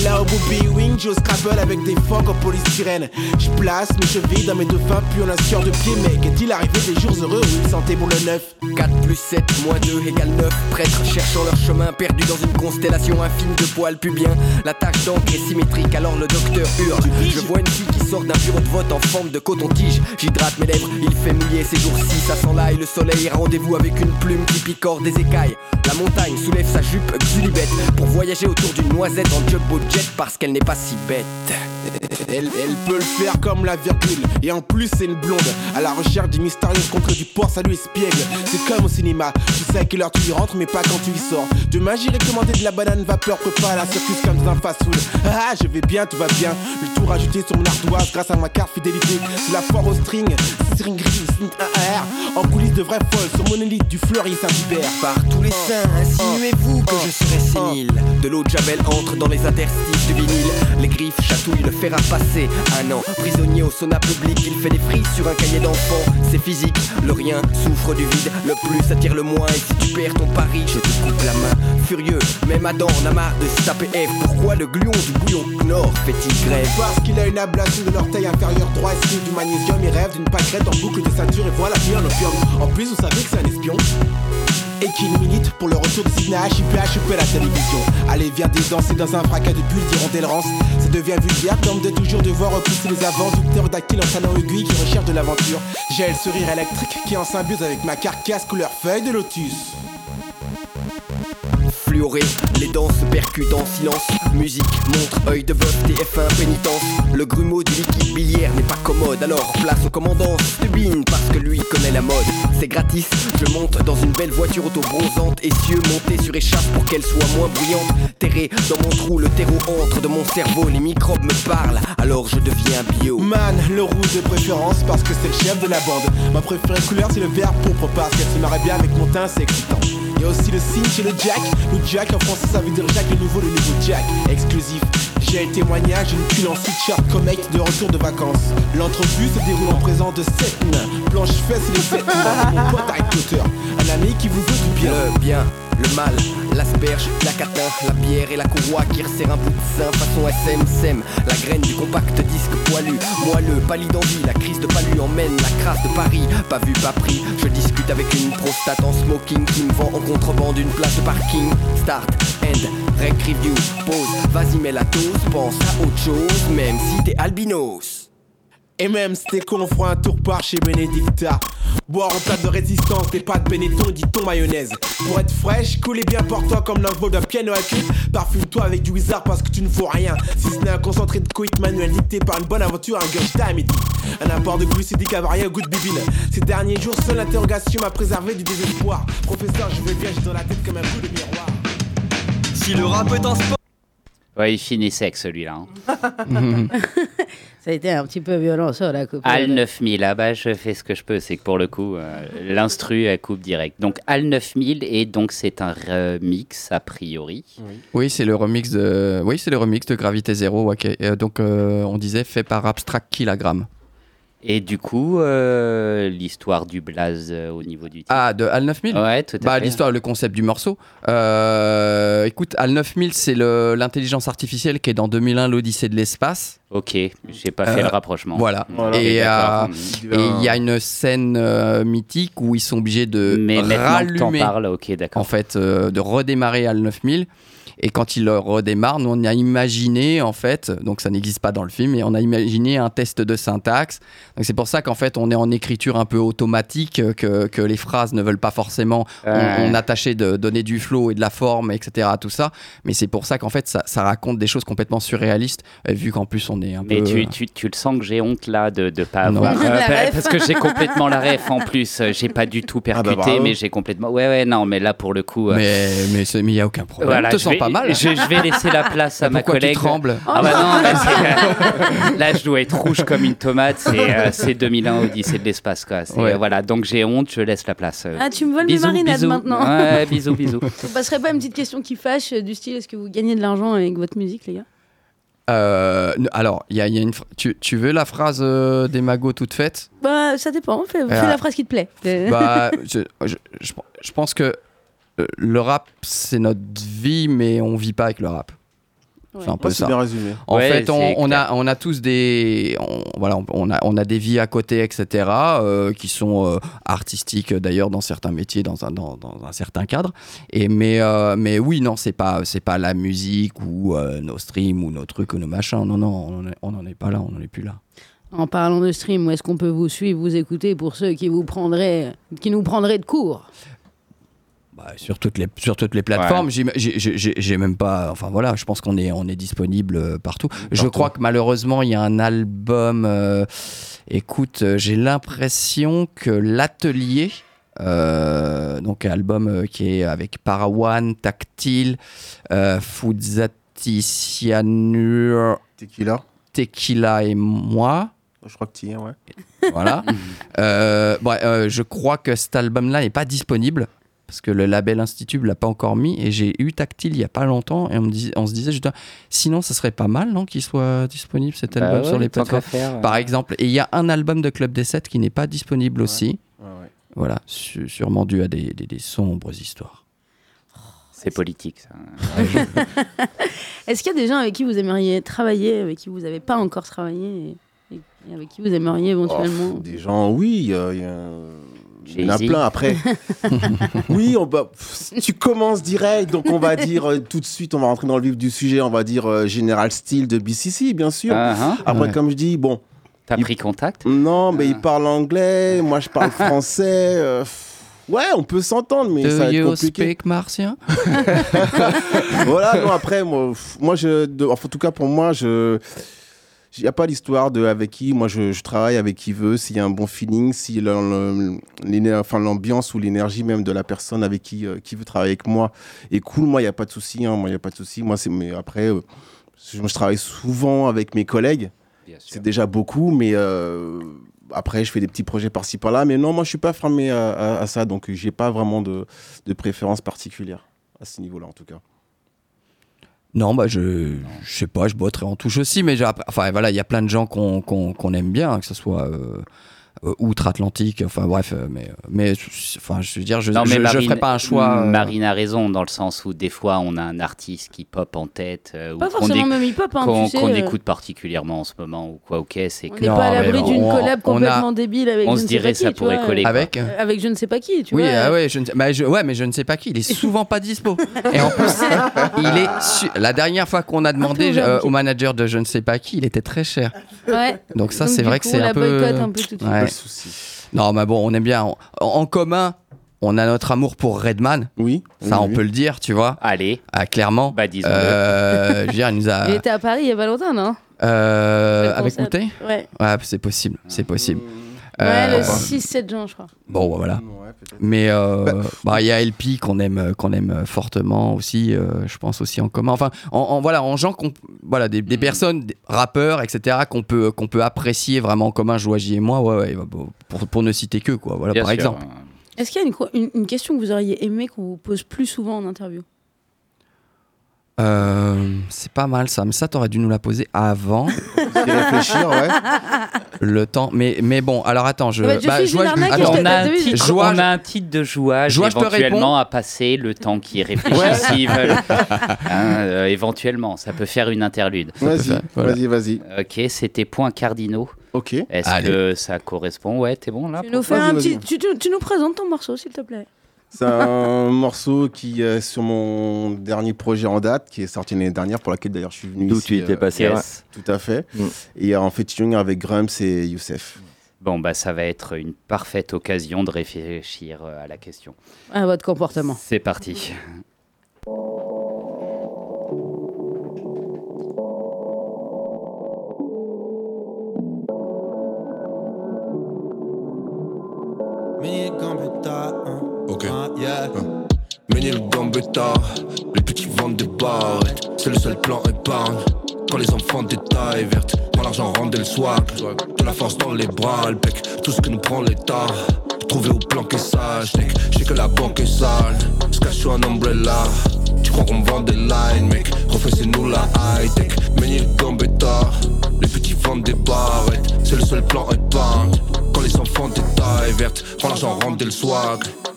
Là au Bobby Wing, je scrabble avec des forks en polystyrène. Je place mes chevilles dans mes dauphins, puis on a sueur de pied. Mec, est-il arrivé des jours heureux où il sentait bon le neuf? Quatre plus sept moins deux égale neuf. Prêtres cherchant leur chemin, perdus dans une constellation infime de poils pubiens. La tache d'encre est symétrique, alors le docteur hurle. Je vois une fille qui sort d'un bureau de vote en forme de coton-tige. J'hydrate mes lèvres, il fait mouiller ces jours-ci. Ça sent l'ail, le soleil, rendez-vous avec une plume qui picore des écailles. La montagne soulève sa jupe xulibette pour voyager autour d'une noisette en jumbo jet parce qu'elle n'est pas si bête. Elle, elle peut le faire comme la virgule. Et en plus c'est une blonde à la recherche des mystérieuses contrées du port, ça lui espiègle. C'est comme au cinéma, tu sais à quelle heure tu y rentres mais pas quand tu y sors. Demain j'irai commander de la banane vapeur, prépa à la circus comme dans un fast food. Ah je vais bien, tout va bien. Le tout rajouté sur mon ardoise grâce à ma carte fidélité. C'est la foire au string, string gris, en coulisses de vraies folles, sur monolithe du Fleury Saint-Hubert. Par tous les seins, insinuez-vous que je serai sénile. De l'eau de Javel entre dans les interstices du vinyle. Les griffes chatouillent le fer à passer. Un an, prisonnier au sauna public, il fait des frises sur un cahier d'enfant. C'est physique, le rien souffre du vide. Le plus attire le moins, et si tu perds ton pari, je te coupe la main. Furieux, même Adam en a marre de se taper F. Pourquoi le gluon du bouillon Knorr fait-il grève? Parce qu'il a une ablation de l'orteil inférieur droit, signe du magnésium. Il rêve d'une pâquerette en boucle de ceinture et voilà bien l'opium. En plus vous savez que c'est un espion et qu'il milite pour le retour de Signa H I P H P à la télévision. Allez viens dédanser dans un fracas de bulles d'hirondelle rance. Ça devient vulgaire comme de toujours devoir repousser les avants du ptérodactyle en talon aiguille qui recherche de l'aventure. J'ai le sourire électrique qui est en symbiose avec ma carcasse couleur feuille de lotus. Fluoré, les dents se percutent en silence. Musique, montre, œil de bœuf, T F un, pénitence. Le grumeau du liquide biliaire n'est pas commode. Alors place au commandant Stubine parce que lui connaît la mode. C'est gratis, je monte dans une belle voiture auto-bronzante. Essieux montée sur échappe pour qu'elle soit moins bruyante. Terré dans mon trou, le terreau entre de mon cerveau. Les microbes me parlent, alors je deviens bio. Man, le rouge de préférence parce que c'est le chef de la bande. Ma préférée couleur c'est le vert pourpre parce qu'elle se marrait bien avec mon teint, c'est excitant. Y'a aussi le signe chez le Jack. Le Jack en français ça veut dire Jack le nouveau, le nouveau Jack. Exclusif, j'ai le témoignage d'une cul en sweatshirt comic de retour de vacances. L'entrevue se déroule en présence de sept nains. Planche fesses et les sept nains. Mon pote Harry Potter, un ami qui vous veut du bien. Le bien, le mal, l'asperge, la catin, la bière et la courroie qui resserre un bout de sein façon S M S M. La graine du compact disque poilu, moelleux, pâli d'envie. La crise de palu emmène la crasse de Paris. Pas vu, pas pris, je discute avec une prostate en smoking qui me vend en contrebande une place de parking. Start, end, rec review, pause, vas-y mets la dose, pense à autre chose, même si t'es albinos. Et même si t'es con, on fera un tour par chez Benedicta. Boire en plat de résistance, des pâtes Benetton, dit-on mayonnaise. Pour être fraîche, coulez bien porte-toi comme l'envol d'un piano à cul. Parfume-toi avec du wizard parce que tu ne vaux rien. Si ce n'est un concentré de coït manuel dicté par une bonne aventure, un gangsta à midi. Un apport de glucidique avarié au goût de bibine. Ces derniers jours, seule l'interrogation m'a préservé du désespoir. Professeur, je vais bien, j'ai dans la tête comme un bout de miroir. Si le rap est un sport. Ouais, il finit sec celui-là. Hein. Ça a été un petit peu violent ça, la coupe. Al neuf mille, ah bah je fais ce que je peux, c'est que pour le coup, euh, l'instru elle coupe direct. Donc Al neuf mille, et donc c'est un remix a priori. Oui, oui c'est le remix de, oui, c'est le remix de Gravité Zéro, okay. euh, donc euh, on disait fait par Abstract Kilogramme. Et du coup, euh, l'histoire du blaze euh, au niveau du titre. Ah, de Al neuf mille ? Ouais, tout à bah, fait. L'histoire, le concept du morceau. Euh, écoute, Al neuf mille, c'est le, l'intelligence artificielle qui est dans deux mille un, l'Odyssée de l'espace. Ok, j'ai pas fait euh, le rapprochement. Voilà. voilà. Et il euh, y a une scène euh, mythique où ils sont obligés de Mais rallumer. T'en parles, ok, d'accord. En fait, euh, de redémarrer Al neuf mille. Et quand il redémarre, nous on a imaginé en fait, donc ça n'existe pas dans le film, mais on a imaginé un test de syntaxe. Donc c'est pour ça qu'en fait on est en écriture un peu automatique, que, que les phrases ne veulent pas forcément. Euh... On, on a tâché de donner du flow et de la forme, et cetera. Tout ça, mais c'est pour ça qu'en fait ça, ça raconte des choses complètement surréalistes, vu qu'en plus on est un mais peu. Mais tu, tu, tu le sens que j'ai honte là de ne pas avoir. Euh, parce que j'ai complètement la ref en plus. J'ai pas du tout percuté, ah bah mais j'ai complètement. Ouais ouais non, mais là pour le coup. Euh... Mais mais il n'y a aucun problème. Voilà, te sens vais... pas mal. Je, je vais laisser la place à ma Pourquoi collègue. Tu trembles ah bah non, là, c'est, là je dois être rouge comme une tomate. C'est, euh, c'est deux mille un Odyssée de l'espace quoi. C'est, ouais. euh, voilà, donc j'ai honte, je laisse la place. Ah tu me voles bisous, mes marinades bisous. maintenant. Ouais, bisous bisous. On passerait pas une petite question qui fâche du style est-ce que vous gagnez de l'argent avec votre musique les gars? Euh, alors, il y a, y a une. Fra- tu, tu veux la phrase euh, des magots toute faite? Bah, ça dépend. Fais, fais ah. la phrase qui te plaît. Bah, je, je, je, je pense que le rap, c'est notre vie, mais on vit pas avec le rap. C'est un peu ouais, ça. C'est bien résumé. En ouais, fait, on, on, a, on a tous des. On, voilà, on, on, a, on a des vies à côté, et cetera, euh, qui sont euh, artistiques d'ailleurs dans certains métiers, dans un, dans, dans un certain cadre. Et, mais, euh, mais oui, non, c'est pas, c'est pas la musique ou euh, nos streams ou nos trucs ou nos machins. Non, non, on n'en est pas là, on n'en est plus là. En parlant de stream, où est-ce qu'on peut vous suivre, vous écouter pour ceux qui, vous prendraient, qui nous prendraient de court? Bah, sur toutes les sur toutes les plateformes, ouais. j'ai, j'ai, j'ai, j'ai même pas. Enfin voilà, je pense qu'on est on est disponible partout. partout. Je crois que malheureusement il y a un album. Euh, écoute, j'ai l'impression que l'atelier, euh, donc un album euh, qui est avec Parawan, Tactile, euh, Fuzati Cyanure, Tequila, Tequila et moi. Je crois que tu y es, ouais. Voilà. euh, bon, euh, je crois que cet album-là n'est pas disponible. Parce que le label Institut ne l'a pas encore mis et j'ai eu Tactile il n'y a pas longtemps et on, me dis, on se disait, je dis, sinon ça serait pas mal non, qu'il soit disponible cet album bah ouais, sur les plateformes faire, ouais. Par exemple. Et il y a un album de Club des sept qui n'est pas disponible ouais. aussi, ouais, ouais. Voilà, su- sûrement dû à des, des, des sombres histoires. C'est politique ça. Est-ce qu'il y a des gens avec qui vous aimeriez travailler, avec qui vous n'avez pas encore travaillé et, et avec qui vous aimeriez éventuellement oh, des gens, oui, il y a... Y a... Il y en a plein après. Oui, on va, tu commences direct, donc on va dire euh, tout de suite, on va rentrer dans le vif du sujet, on va dire euh, General Steel de B C C, bien sûr. Uh-huh. Après, ouais. Comme je dis, bon. T'as il... pris contact? Non, mais uh-huh. il parle anglais, moi je parle français. Euh... Ouais, on peut s'entendre, mais Do ça va être you compliqué. speak martien? Voilà, non, après, moi, moi je, de, en tout cas pour moi, je. Il n'y a pas l'histoire de avec qui, moi je, je travaille avec qui veut, s'il y a un bon feeling, si le, le, enfin, l'ambiance ou l'énergie même de la personne avec qui, euh, qui veut travailler avec moi est cool, moi il n'y a pas de souci, hein, moi il n'y a pas de souci. Moi, c'est, mais après, euh, je, je travaille souvent avec mes collègues, c'est déjà beaucoup, mais euh, après je fais des petits projets par-ci par-là, mais non, moi je ne suis pas fermé à, à, à ça, donc je n'ai pas vraiment de, de préférence particulière à ce niveau-là en tout cas. Non, bah je, je sais pas, je botterai en touche aussi, mais enfin voilà, il y a plein de gens qu'on, qu'on, qu'on aime bien, que ce soit euh, euh, outre-Atlantique, enfin bref, euh, mais, mais enfin je veux dire, je non, je, Marine, je ferai pas un choix. Euh... Marine a raison dans le sens où des fois on a un artiste qui pop en tête, euh, pas ou forcément qu'on, même hip-hop, hein, qu'on, tu sais, qu'on euh... écoute particulièrement en ce moment ou quoi, ok, c'est on que n'est pas à l'abri d'une on, collab on complètement a... débile avec on je se ne dirait sais pas ça qui, pourrait vois, coller avec euh, avec je ne sais pas qui, tu oui, vois. Oui, ah ouais, je ne sais, bah, je, ouais, mais je ne sais pas qui. Il est souvent pas dispo. Et en plus, il est su... la dernière fois qu'on a demandé euh, au manager de je ne sais pas qui, il était très cher. Ouais. Donc ça, Donc, c'est vrai coup, que c'est un peu. un peu tout de ouais. Pas de souci. Non, mais bon, on aime bien. En, en commun, on a notre amour pour Redman. Oui. Ça, oui, on oui. peut le dire, tu vois. Allez. Ah, clairement. Bah, disons-le. Euh, je veux dire, il nous a. Il était à Paris il y a pas longtemps, non euh, Avec Moutet. Ouais. Ouais, c'est possible. C'est possible. Ouais, euh, le six sept juin, je crois. Bon, bah, voilà. Ouais, mais il euh, bah, bah, y a L P qu'on aime, qu'on aime fortement aussi, euh, je pense aussi en commun. Enfin, en, en, voilà, en gens, qu'on, voilà, des, des personnes, des rappeurs, et cetera, qu'on peut, qu'on peut apprécier vraiment en commun, Joagy et moi, ouais, ouais, pour, pour ne citer que, quoi, voilà, Bien par sûr. exemple. Est-ce qu'il y a une, une, une question que vous auriez aimé qu'on vous pose plus souvent en interview? Euh, c'est pas mal ça, mais ça t'aurais dû nous la poser avant. réfléchir, ouais. Le temps, mais mais bon, alors attends, je. Bah, je bah, suis une arnaque et attends, je on, a un titre, Jouage, on a un titre de jouage, jouage éventuellement à passer le temps qu'ils réfléchissent s'ils veulent. Hein, euh, éventuellement, ça peut faire une interlude. Vas-y, faire, voilà. vas-y, vas-y. Ok, c'était points cardinaux. Ok. Est-ce Allez. que ça correspond? Ouais, t'es bon là? Tu nous, fais un petit, tu, tu, tu nous présentes ton morceau, s'il te plaît. C'est un morceau qui est sur mon dernier projet en date, qui est sorti l'année dernière, pour laquelle d'ailleurs je suis venu D'où ici. tu étais euh, passé, yes. Ouais. Tout à fait. Mm. Et en featuring avec Grumps et Youssef. Bon, bah ça va être une parfaite occasion de réfléchir à la question. À votre comportement. C'est parti. Ok. Yeah. Mener le gambetta, les petits vendent des barrettes. C'est le seul plan épargne. Quand les enfants détaillent vertes, quand l'argent rendait le swag. De la force dans les bras, le bec. Tout ce que nous prend l'État. Trouver ou planquer ça, j'sais j'sais que la banque est sale. Se cache sous un umbrella. Tu crois qu'on me vend des lines, mec. Refais c'est nous la high-tech. Mener le gambetta, les petits vendent des barrettes. C'est le seul plan épargne. Quand les enfants détaillent vertes, quand l'argent rendait le swag.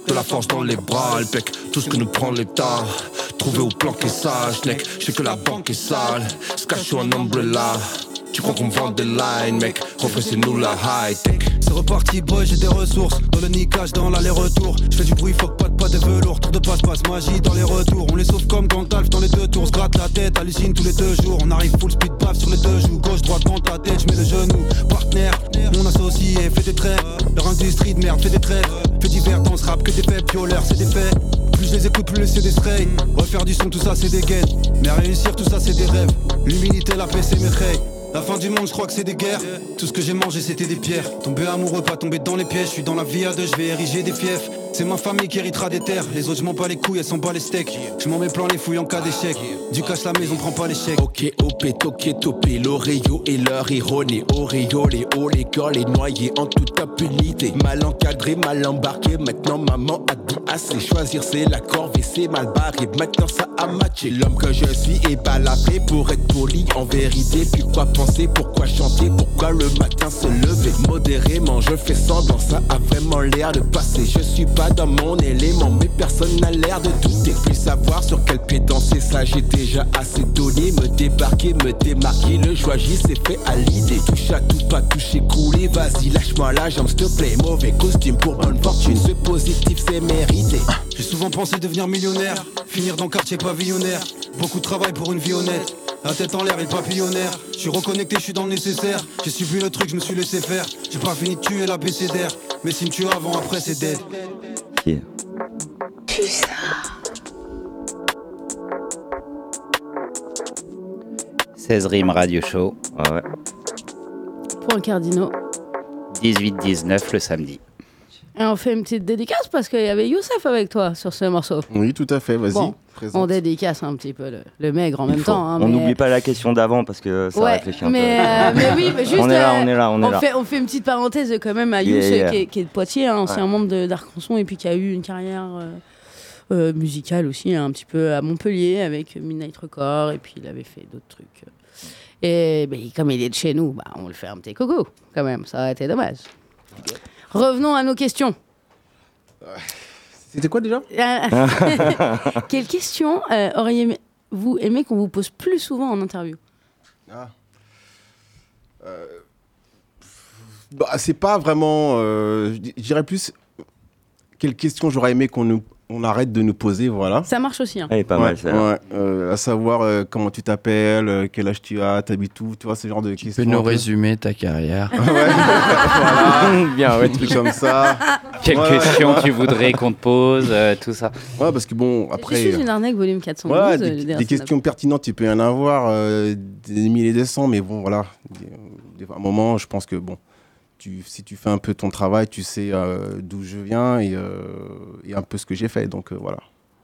de la force dans les bras, le bec, tout ce que nous prend l'État. Trouvé au plan qui est sage, mec, je sais que la banque est sale. Se cache sur un umbrella. Tu crois qu'on vend des lines, mec, refais-nous la high-tech. C'est reparti, boy, j'ai des ressources. Dans le niquage, dans l'aller-retour. Je fais du bruit, fuck, pas de pas de velours. Tour de passe-passe, magie dans les retours. On les sauve comme Gandalf dans les deux tours. Se gratte la tête, hallucine tous les deux jours. On arrive full speed, baf sur les deux joues. Gauche, droite, dans ta tête, je mets le genou. Partenaire, mon associé, fait des traits. Leur industrie de merde, fait des traits. Fait divers dans ce rap, que des faits, violeurs, c'est des faits. Plus je les écoute, plus c'est des strays. Refaire du son, tout ça, c'est des gains. Mais à réussir, tout ça, c'est des rêves. L'humilité, la paix, c'est mes traits. La fin du monde, je crois que c'est des guerres. Tout ce que j'ai mangé, c'était des pierres. Tomber amoureux, pas tomber dans les pièges. Je suis dans la vie à deux, je vais ériger des fiefs. C'est ma famille qui héritera des terres. Les autres, je m'en bats les couilles, elles s'en bat les steaks. Je m'en mets plein les fouilles en cas d'échec. Du cash, la maison prend pas l'échec. Ok, opé, toqué, topé. L'Oreo et leur ironie. Oreo, les hauts, les corps, les noyés en toute impunité. Mal encadré, mal embarqué. Maintenant, maman a dit assez. Choisir, c'est la corvée, c'est mal barré. Maintenant, ça a matché. L'homme que je suis est balafré pour être poli en vérité. Puis quoi penser, pourquoi chanter, pourquoi le matin se lever. Modérément, je fais semblant, ça a vraiment l'air de passer. Je suis pas dans mon élément, mais personne n'a l'air de douter. Plus savoir sur quel pied danser, ça j'ai déjà assez donné. Me débarquer, me démarquer, le joie J s'est fait à l'idée. Touche à tout, pas toucher, couler, vas-y lâche-moi la jambe, s'il te plaît. Mauvais costume pour bonne fortune, ce positif c'est mérité. J'ai souvent pensé devenir millionnaire, finir dans le quartier pavillonnaire. Beaucoup de travail pour une vie honnête, la tête en l'air et papillonnaire. Je suis reconnecté, je suis dans le nécessaire. J'ai suivi le truc, je me suis laissé faire. J'ai pas fini de tuer la B C D R, mais si me tue avant, après c'est dead. Yeah. seize rimes radio show. Ouais. Point Cardinaux. dix-huit dix-neuf le samedi. Et on fait une petite dédicace parce qu'il y avait Youssef avec toi sur ce morceau. Oui, tout à fait, vas-y. Bon, on dédicace un petit peu le, le maigre en Il même faut. temps. Hein, on mais... n'oublie pas la question d'avant parce que ça ouais, réfléchit un mais, peu. Euh, mais oui, mais juste. on est là, euh, on est là, on est on là. Fait, on fait une petite parenthèse quand même à Youssef yeah, yeah. qui, est, qui est de Poitiers, hein, ancien ouais. membre de d'Arcanson et puis qui a eu une carrière euh, euh, musicale aussi, hein, un petit peu à Montpellier avec Midnight Record et puis il avait fait d'autres trucs. Et bah, comme il est de chez nous, bah, on le fait un petit coucou quand même, ça aurait été dommage. Revenons à nos questions. C'était quoi déjà? Quelle question euh, auriez-vous aimé qu'on vous pose plus souvent en interview? Ah. Euh, bah, c'est pas vraiment. Euh, je dirais plus. Quelle question j'aurais aimé qu'on nous, on arrête de nous poser, voilà. Ça marche aussi. Hein. Elle est pas ouais, mal, ça. Ouais, euh, à savoir euh, comment tu t'appelles, euh, quel âge tu as, t'habites où, tu vois, ce genre de questions. Tu peux nous résumer ta carrière. Ouais, voilà. Bien, ouais, des trucs comme ça. Quelles ouais. questions tu voudrais qu'on te pose, euh, tout ça. Ouais, parce que bon, après. Je suis une arnaque, volume quatre cent douze. Ouais, euh, des, des questions pertinentes, tu peux y en avoir, euh, des milliers et des cents, mais bon, voilà. À un moment, je pense que bon. Tu, si tu fais un peu ton travail, tu sais euh, d'où je viens et, euh, et un peu ce que j'ai fait. Donc euh, voilà.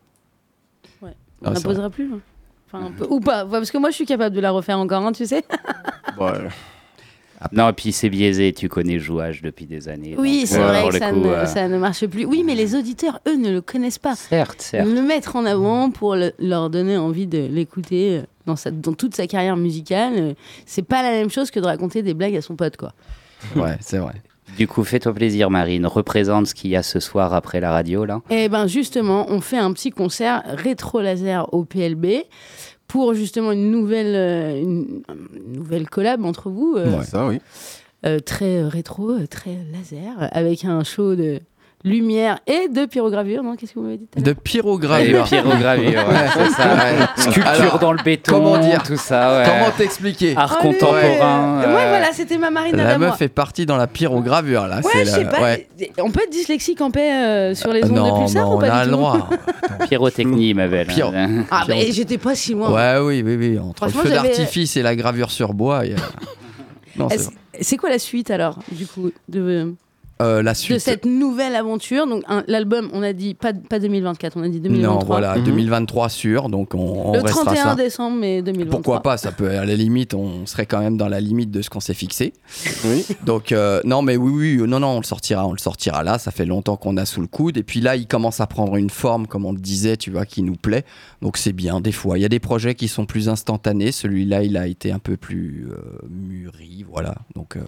Ouais. On ah, la posera vrai. Plus. Hein. Enfin, un peu. Ou pas. Parce que moi, je suis capable de la refaire encore, hein, tu sais. Ouais. Non, et puis c'est biaisé, tu connais le jouage depuis des années. Oui, donc, c'est euh, vrai que ça, coup, ne, euh... ça ne marche plus. Oui, mais les auditeurs, eux, ne le connaissent pas. Certes, certes. Le mettre en avant pour le, leur donner envie de l'écouter dans, sa, dans toute sa carrière musicale, c'est pas la même chose que de raconter des blagues à son pote, quoi. Ouais, c'est vrai. Du coup, fais-toi plaisir, Marine. Représente ce qu'il y a ce soir après la radio, là. Eh bien, justement, on fait un petit concert rétro-laser au P L B pour justement une nouvelle, une, une nouvelle collab entre vous. Euh, ouais, ça, oui. Euh, très rétro, très laser, avec un show de lumière et de pyrogravure, non? Qu'est-ce que vous m'avez dit? De pyrogravure. De pyrogravure, ouais, c'est ça. Ouais. Sculpture alors, dans le béton, comment dire, tout ça. Ouais. Comment t'expliquer? Art oh, contemporain. Ouais, euh... ouais, voilà, c'était ma Marine. La meuf est partie dans la pyrogravure, là. Ouais, je sais la... pas. Ouais. On peut être dyslexique en paix euh, sur les ondes non, de Pulsar non, ou pas on a du le tout? droit. Pyrotechnie, ma belle. Pyro... Ah, bah, j'étais pas si loin. Ouais, oui, oui, oui. Entre le feu d'artifice et la gravure sur bois. A... non, c'est, c'est quoi la suite, alors, du coup de... Euh, la suite. De cette nouvelle aventure. Donc, un, l'album, on a dit pas, pas deux mille vingt-quatre, on a dit deux mille vingt-trois. Non, voilà, mmh. deux mille vingt-trois sûr, donc on, on le restera trente et un ça. décembre, mais deux mille vingt-trois. Pourquoi pas, ça peut, à la limite, on serait quand même dans la limite de ce qu'on s'est fixé. Oui. Donc, euh, non, mais oui, oui, non, non, on le sortira, on le sortira là, ça fait longtemps qu'on a sous le coude, et puis là, il commence à prendre une forme, comme on le disait, tu vois, qui nous plaît, donc c'est bien, des fois. Il y a des projets qui sont plus instantanés, celui-là, il a été un peu plus euh, mûri, voilà, donc... Euh,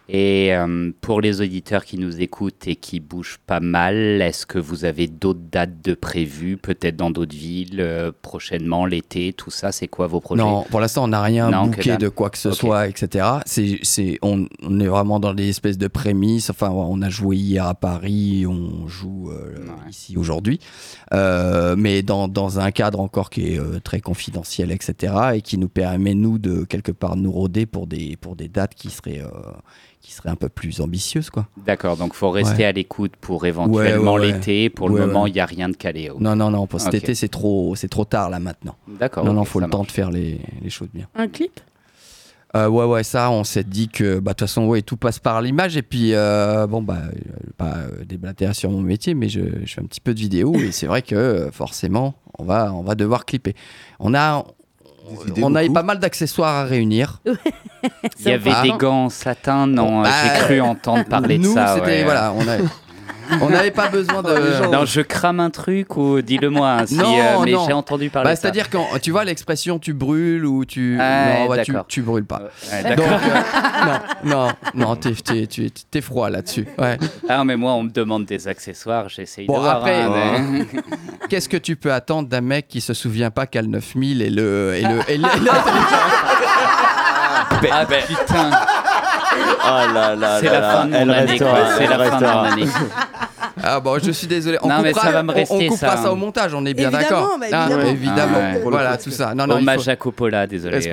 Et euh, pour les auditeurs qui nous écoutent et qui bougent pas mal, est-ce que vous avez d'autres dates de prévues, peut-être dans d'autres villes, euh, prochainement, l'été, tout ça? C'est quoi vos projets? Non, pour l'instant, on n'a rien Non, booké de quoi que ce okay. soit, et cetera. C'est, c'est, on, on est vraiment dans des espèces de prémices. Enfin, on a joué hier à Paris, on joue euh, ouais. ici aujourd'hui. Euh, mais dans, dans un cadre encore qui est euh, très confidentiel, et cetera. Et qui nous permet, nous, de quelque part nous rôder pour des, pour des dates qui seraient... Euh, qui serait un peu plus ambitieuse, quoi. D'accord, donc il faut rester ouais. à l'écoute pour éventuellement ouais, ouais, l'été. Pour ouais, le moment, il ouais. n'y a rien de calé. Okay. Non, non, non, pour cet okay. été, c'est trop, c'est trop tard, là, maintenant. D'accord. Non, okay, non, il faut le marche. temps de faire les, les choses bien. Un clip euh, Ouais, ouais, ça, on s'est dit que, bah, de toute façon, ouais, tout passe par l'image. Et puis, euh, bon, bah, pas euh, déblatérer sur mon métier, mais je, je fais un petit peu de vidéo. Et c'est vrai que, forcément, on va, on va devoir clipper. On a... On avait pas mal d'accessoires à réunir. Il y avait ah, des gants en satin, non, bah, j'ai cru entendre parler nous, de ça. C'était, ouais. voilà, on a... On n'avait pas besoin de... Non, je crame un truc ou dis-le-moi. Hein, si, non, euh, mais non. j'ai entendu parler bah, de ça. C'est-à-dire quand tu vois l'expression tu brûles ou tu... Ah, non, bah, tu, tu brûles pas. Ouais, Donc, euh, non, non, non, t'es, t'es, t'es, t'es froid là-dessus. Ouais. Ah, mais moi, on me demande des accessoires, j'essaye bon, de voir. Après, hein, mais... qu'est-ce que tu peux attendre d'un mec qui se souvient pas qu'à le neuf mille et le... Et le, et le, et le... Ah putain. Oh là là c'est là la là. fin de mon année, quoi. C'est la fin de mon année. Ah bon, je suis désolé. On non, coupera, mais ça va me rester, on, on coupera ça, ça hein. au montage, on est bien évidemment, d'accord. bah, ah, évidemment, évidemment. Ah, ouais. Voilà, tout ça. Non, non, hommage faut... à Coppola, désolé.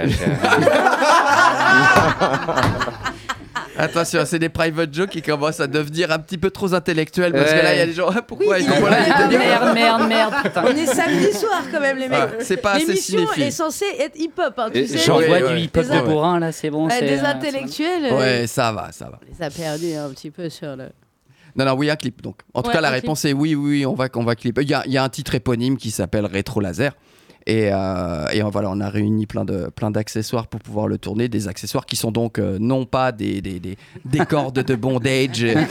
Attention, c'est des private jokes qui commencent à devenir un petit peu trop intellectuels parce ouais. que là, il y a des gens. Pourquoi oui, il Coppola, il ah, était bien. Merde, merde, merde. Putain. On est samedi soir quand même, les mecs. Ouais, c'est pas assez L'émission cinéphile. est censée être hip-hop. Hein, tu sais. J'envoie ouais, du ouais. hip-hop de bourrin, là, c'est bon. Ouais, c'est, des euh, intellectuels. C'est... Euh, ouais, ça va, ça va. On les a perdus un petit peu sur le. Non, non, oui, un clip. Donc, en tout ouais, cas, la clip. réponse est oui, oui, on va, on va clipper. Il y a, il y a un titre éponyme qui s'appelle Rétro Laser. Et, euh, et voilà, on a réuni plein, de, plein d'accessoires pour pouvoir le tourner. Des accessoires qui sont donc euh, non pas des, des, des, des cordes de bondage et,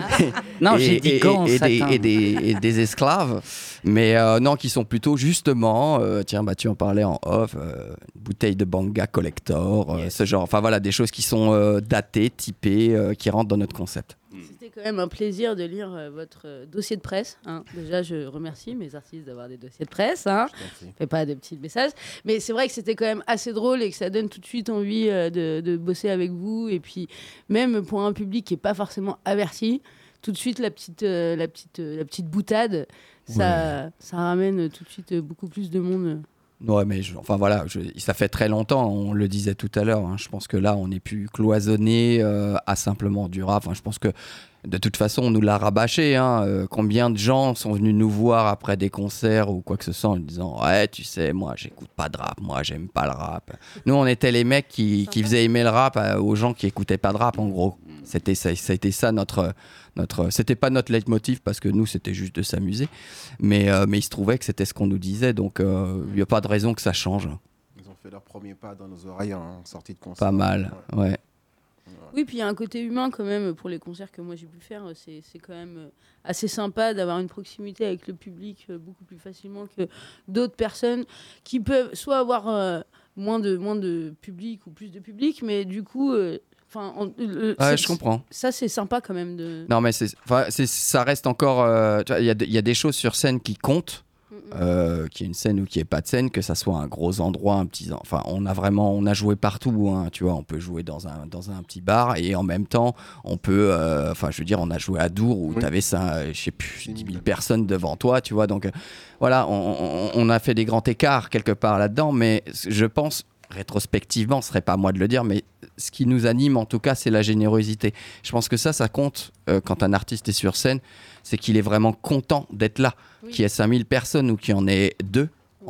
non, et, j'ai dit et, gants, et, des, satin. et, des, et des esclaves. Mais euh, non, qui sont plutôt justement, euh, tiens, bah, tu en parlais en off, euh, bouteille de Banga Collector, euh, yes. ce genre. Enfin voilà, des choses qui sont euh, datées, typées, euh, qui rentrent dans notre concept. C'était quand même un plaisir de lire euh, votre euh, dossier de presse. Hein. Déjà, je remercie mes artistes d'avoir des dossiers de presse. Hein. Je fais pas des petits messages. Mais c'est vrai que c'était quand même assez drôle et que ça donne tout de suite envie euh, de, de bosser avec vous. Et puis, même pour un public qui n'est pas forcément averti, tout de suite, la petite, euh, la petite, euh, la petite boutade, ça, ouais. ça ramène tout de suite beaucoup plus de monde. Ouais, mais je, enfin voilà, je, ça fait très longtemps, on le disait tout à l'heure. Hein, je pense que là, on n'est plus cloisonné euh, à simplement du rap. Enfin, je pense que de toute façon, on nous l'a rabâché. Hein, euh, combien de gens sont venus nous voir après des concerts ou quoi que ce soit en disant ouais, tu sais, moi, j'écoute pas de rap, moi, j'aime pas le rap. Nous, on était les mecs qui, qui faisaient aimer le rap à, aux gens qui écoutaient pas de rap, en gros. C'était ça, ça a été ça notre. Notre, c'était pas notre leitmotiv parce que nous c'était juste de s'amuser, mais, euh, mais il se trouvait que c'était ce qu'on nous disait, donc il euh, n'y a pas de raison que ça change. Ils ont fait leur premier pas dans nos oreilles en sortie de concert. Pas mal, ouais. ouais. Oui, puis il y a un côté humain quand même pour les concerts que moi j'ai pu faire. C'est, c'est quand même assez sympa d'avoir une proximité avec le public beaucoup plus facilement que d'autres personnes qui peuvent soit avoir euh, moins, de, moins de public ou plus de public, mais du coup... Euh, Enfin, on, le, ouais, je comprends. Ça, c'est sympa quand même. De... Non, mais c'est, c'est, ça reste encore... Il euh, y, y a des choses sur scène qui comptent, mm-hmm. euh, qu'il y ait une scène ou qu'il n'y ait pas de scène, que ça soit un gros endroit, un petit... Enfin, on a vraiment... On a joué partout, hein, tu vois. On peut jouer dans un, dans un petit bar et en même temps, on peut... Enfin, euh, je veux dire, on a joué à Dour où oui. tu avais ça, je sais plus, dix mille personnes devant toi, tu vois. Donc, euh, voilà, on, on, on a fait des grands écarts quelque part là-dedans, mais je pense... rétrospectivement, ce serait pas à moi de le dire, mais ce qui nous anime en tout cas, c'est la générosité. Je pense que ça, ça compte euh, quand un artiste est sur scène, c'est qu'il est vraiment content d'être là. Oui. Qu'il y ait cinq mille personnes ou qu'il y en ait deux,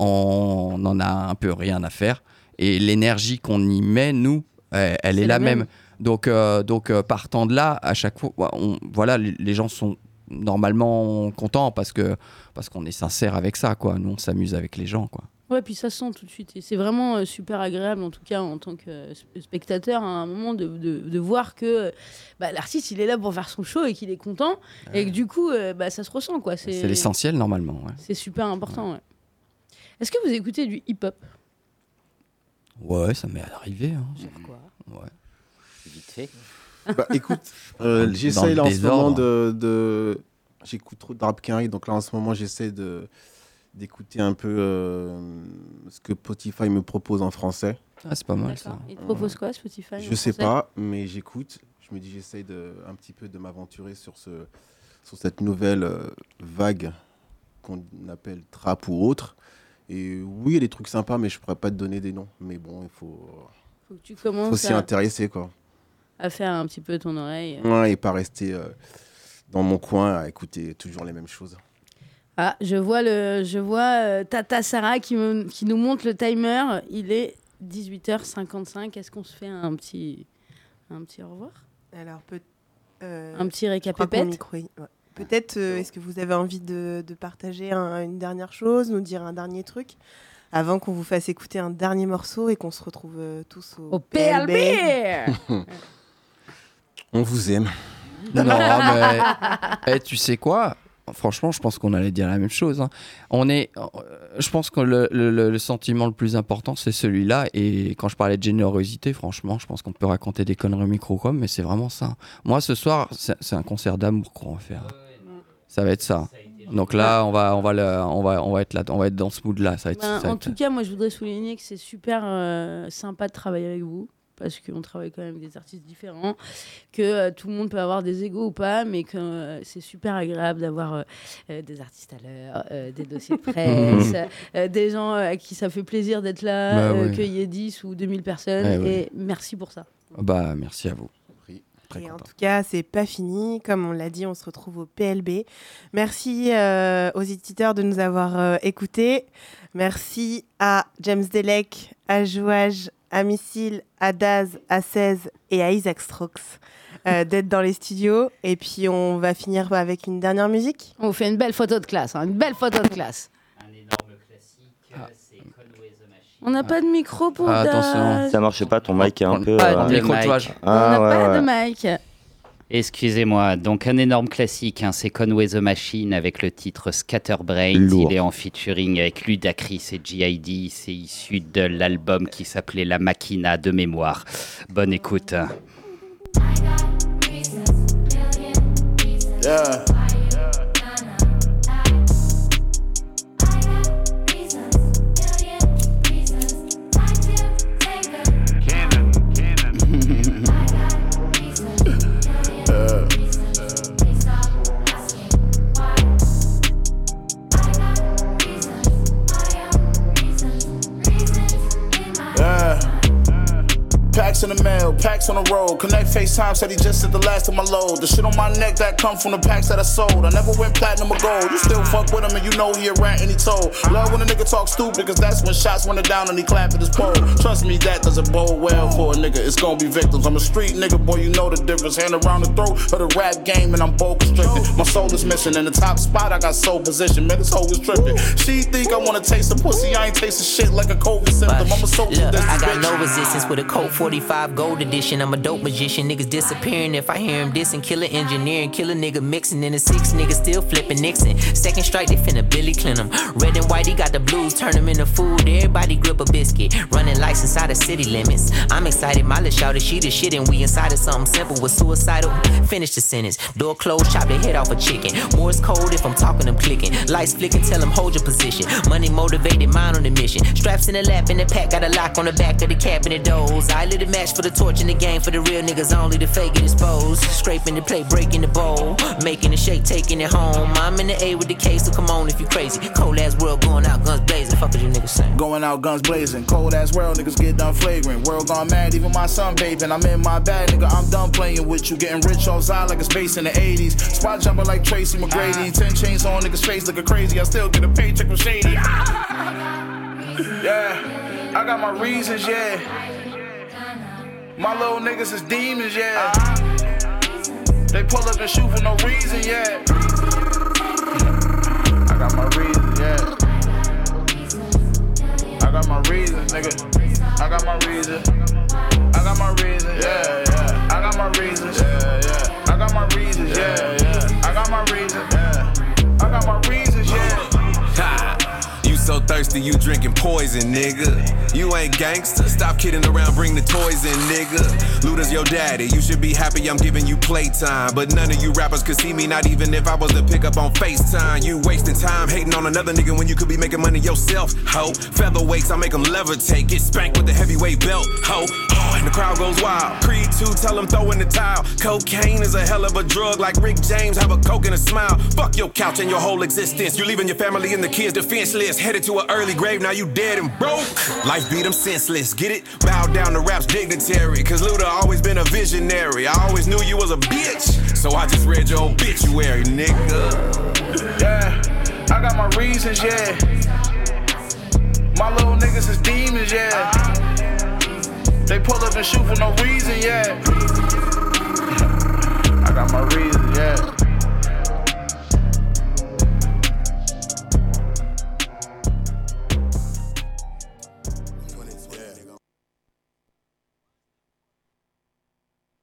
on en a un peu rien à faire. Et l'énergie qu'on y met, nous, elle, elle est, est la même. même. Donc, euh, donc euh, partant de là, à chaque fois, on, voilà, les, les gens sont normalement contents parce que parce qu'on est sincère avec ça, quoi. Nous, on s'amuse avec les gens, quoi. Ouais, puis ça se sent tout de suite. Et c'est vraiment euh, super agréable, en tout cas, en tant que euh, spectateur, à un moment, de, de, de voir que euh, bah, l'artiste, il est là pour faire son show et qu'il est content. Ouais. Et que du coup, euh, bah, ça se ressent, quoi. C'est, c'est l'essentiel, normalement. Ouais. C'est super important, ouais. Ouais. Est-ce que vous écoutez du hip-hop ? Ouais, ça m'est arrivé. Hein. Sur quoi ? Ouais. Vite fait. Bah écoute, euh, j'essaye là en ce moment de, de... J'écoute trop de rap carré, donc là en ce moment j'essaie de... d'écouter un peu euh, ce que Spotify me propose en français. Ah, c'est pas mal. D'accord. Ça. Il te propose quoi, Spotify? Je sais pas, mais j'écoute. Je me dis, j'essaye de, un petit peu de m'aventurer sur, ce, sur cette nouvelle euh, vague qu'on appelle trap ou autre. Et oui, il y a des trucs sympas, mais je pourrais pas te donner des noms. Mais bon, il faut, faut, que tu commences faut s'y à... intéresser, quoi. À faire un petit peu ton oreille. Ouais, et pas rester euh, dans mon coin à écouter toujours les mêmes choses. Ah, je vois, le, je vois euh, Tata Sarah qui, me, qui nous montre le timer. Il est dix-huit heures cinquante-cinq. Est-ce qu'on se fait un petit, un petit au revoir? Alors, peut, euh, un petit récapépète. Ouais. Peut-être, euh, est-ce que vous avez envie de, de partager un, une dernière chose, nous dire un dernier truc, avant qu'on vous fasse écouter un dernier morceau et qu'on se retrouve euh, tous au, au P L B, P L B. On vous aime. Non, mais hey, tu sais quoi? Franchement, je pense qu'on allait dire la même chose. Hein. On est, euh, je pense que le, le, le sentiment le plus important, c'est celui-là. Et quand je parlais de générosité, franchement, je pense qu'on peut raconter des conneries au micro, mais c'est vraiment ça. Moi, ce soir, c'est, c'est un concert d'amour qu'on va faire. Ça va être ça. Donc là, on va, on va, le, on va, on va être là, on va être dans ce mood-là. Ça va être, ben, ça va en être... tout cas, moi, je voudrais souligner que c'est super euh, sympa de travailler avec vous. Parce qu'on travaille quand même avec des artistes différents, que euh, tout le monde peut avoir des égos ou pas, mais que euh, c'est super agréable d'avoir euh, euh, des artistes à l'heure, euh, des dossiers de presse, euh, des gens à qui ça fait plaisir d'être là, bah, euh, ouais. qu'il y ait dix ou deux mille personnes, ouais, et ouais. merci pour ça. Bah, merci à vous. Très et content. En tout cas, c'est pas fini. Comme on l'a dit, on se retrouve au P L B. Merci euh, aux éditeurs de nous avoir euh, écoutés. Merci à James Delec, à Jouage, à Missile, à Daz, à seize et à Isaac Strokes euh, d'être dans les studios. Et puis, on va finir avec une dernière musique. On fait une belle photo de classe, hein, une belle photo de classe. Un énorme classique, ah. c'est Conway the Machine. On n'a pas de micro pour ah, Daz. Attention, ça marche pas, ton mic est un peu... Ah, euh... micro de jouage. Ah, on n'a ouais, pas ouais. de mic. Excusez-moi, donc un énorme classique, hein, c'est Conway the Machine avec le titre Scatterbrains. Lourd. Il est en featuring avec Ludacris et G I D. C'est issu de l'album qui s'appelait La Machina de mémoire. Bonne écoute. Yeah. Packs in the mail, packs on the road. Connect FaceTime said he just did the last of my load. The shit on my neck that come from the packs that I sold. I never went platinum or gold. You still fuck with him and you know he a rat and he told. Love when a nigga talk stupid cause that's when shots went down and he clapped at his pole. Trust me, that doesn't bode well for a nigga. It's gonna be victims. I'm a street nigga, boy, you know the difference. Hand around the throat of the rap game and I'm bold constricted. My soul is missing. In the top spot, I got soul position. Man, this hoe is tripping. She think I wanna taste the pussy. I ain't tasting shit like a COVID symptom. I'm a soldier. Look, I got no resistance with a Colt forty-five gold edition. I'm a dope magician. Niggas disappearing if I hear him dissing. Killer engineering, killer nigga mixing. And the six niggas still flipping Nixon. Second strike, they finna Billy Clinton. Red and white, he got the blues. Turn them into food. Everybody grip a biscuit. Running lights inside the city limits. I'm excited. My little shout she the shit. And we inside of something simple with suicidal. Finish the sentence. Door closed, chop the head off a chicken. Morse code if I'm talking, I'm clicking. Lights flicking, tell them hold your position. Money motivated, mind on the mission. Straps in the lap in the pack. Got a lock on the back of the cabinet doors. I lit a match for the torch in the game. For the real niggas only, the fake get exposed. Scraping the plate, breaking the bowl. Making the shake, taking it home. I'm in the A with the case, so come on if you crazy. Cold ass world going out, guns blazing. Fuck what you niggas saying. Going out, guns blazing. Cold ass world, niggas get done flagrant. World gone mad, even my son vaping. I'm in my bag, nigga, I'm done playing with you. Getting rich outside like it's based in the eighties. Spot jumping like Tracy McGrady. Ten chains on, niggas face looking crazy. I still get a paycheck from Shady. Yeah, I got my reasons, yeah. My little niggas is demons, yeah. They pull up and shoot for no reason, yeah. I got my reasons, yeah. I got my reasons, nigga. I got my reasons. I got my reasons, yeah, yeah. I got my reasons, yeah, yeah. I got my reasons, yeah, yeah. I got my reasons, yeah. I got my reasons, yeah. Ha! You so thirsty. rest of you drinking poison, nigga. You ain't gangster, stop kidding around, bring the toys in, nigga. Luda's your daddy, you should be happy I'm giving you playtime. But none of you rappers could see me, not even if I was to pick up on FaceTime. You wasting time hating on another nigga when you could be making money yourself, ho. Featherweights, I make them levitate, get spanked with the heavyweight belt, ho. Oh, and the crowd goes wild. Creed two, tell them throw in the towel. Cocaine is a hell of a drug, like Rick James, have a coke and a smile. Fuck your couch and your whole existence. You leaving your family and the kids defenseless, headed to an early grave, now you dead and broke. Life beat them senseless, get it? Bow down to rap's dignitary, cause Luda always been a visionary. I always knew you was a bitch, so I just read your obituary, nigga. Yeah, I got my reasons, yeah. My little niggas is demons, yeah. They pull up and shoot for no reason, yeah.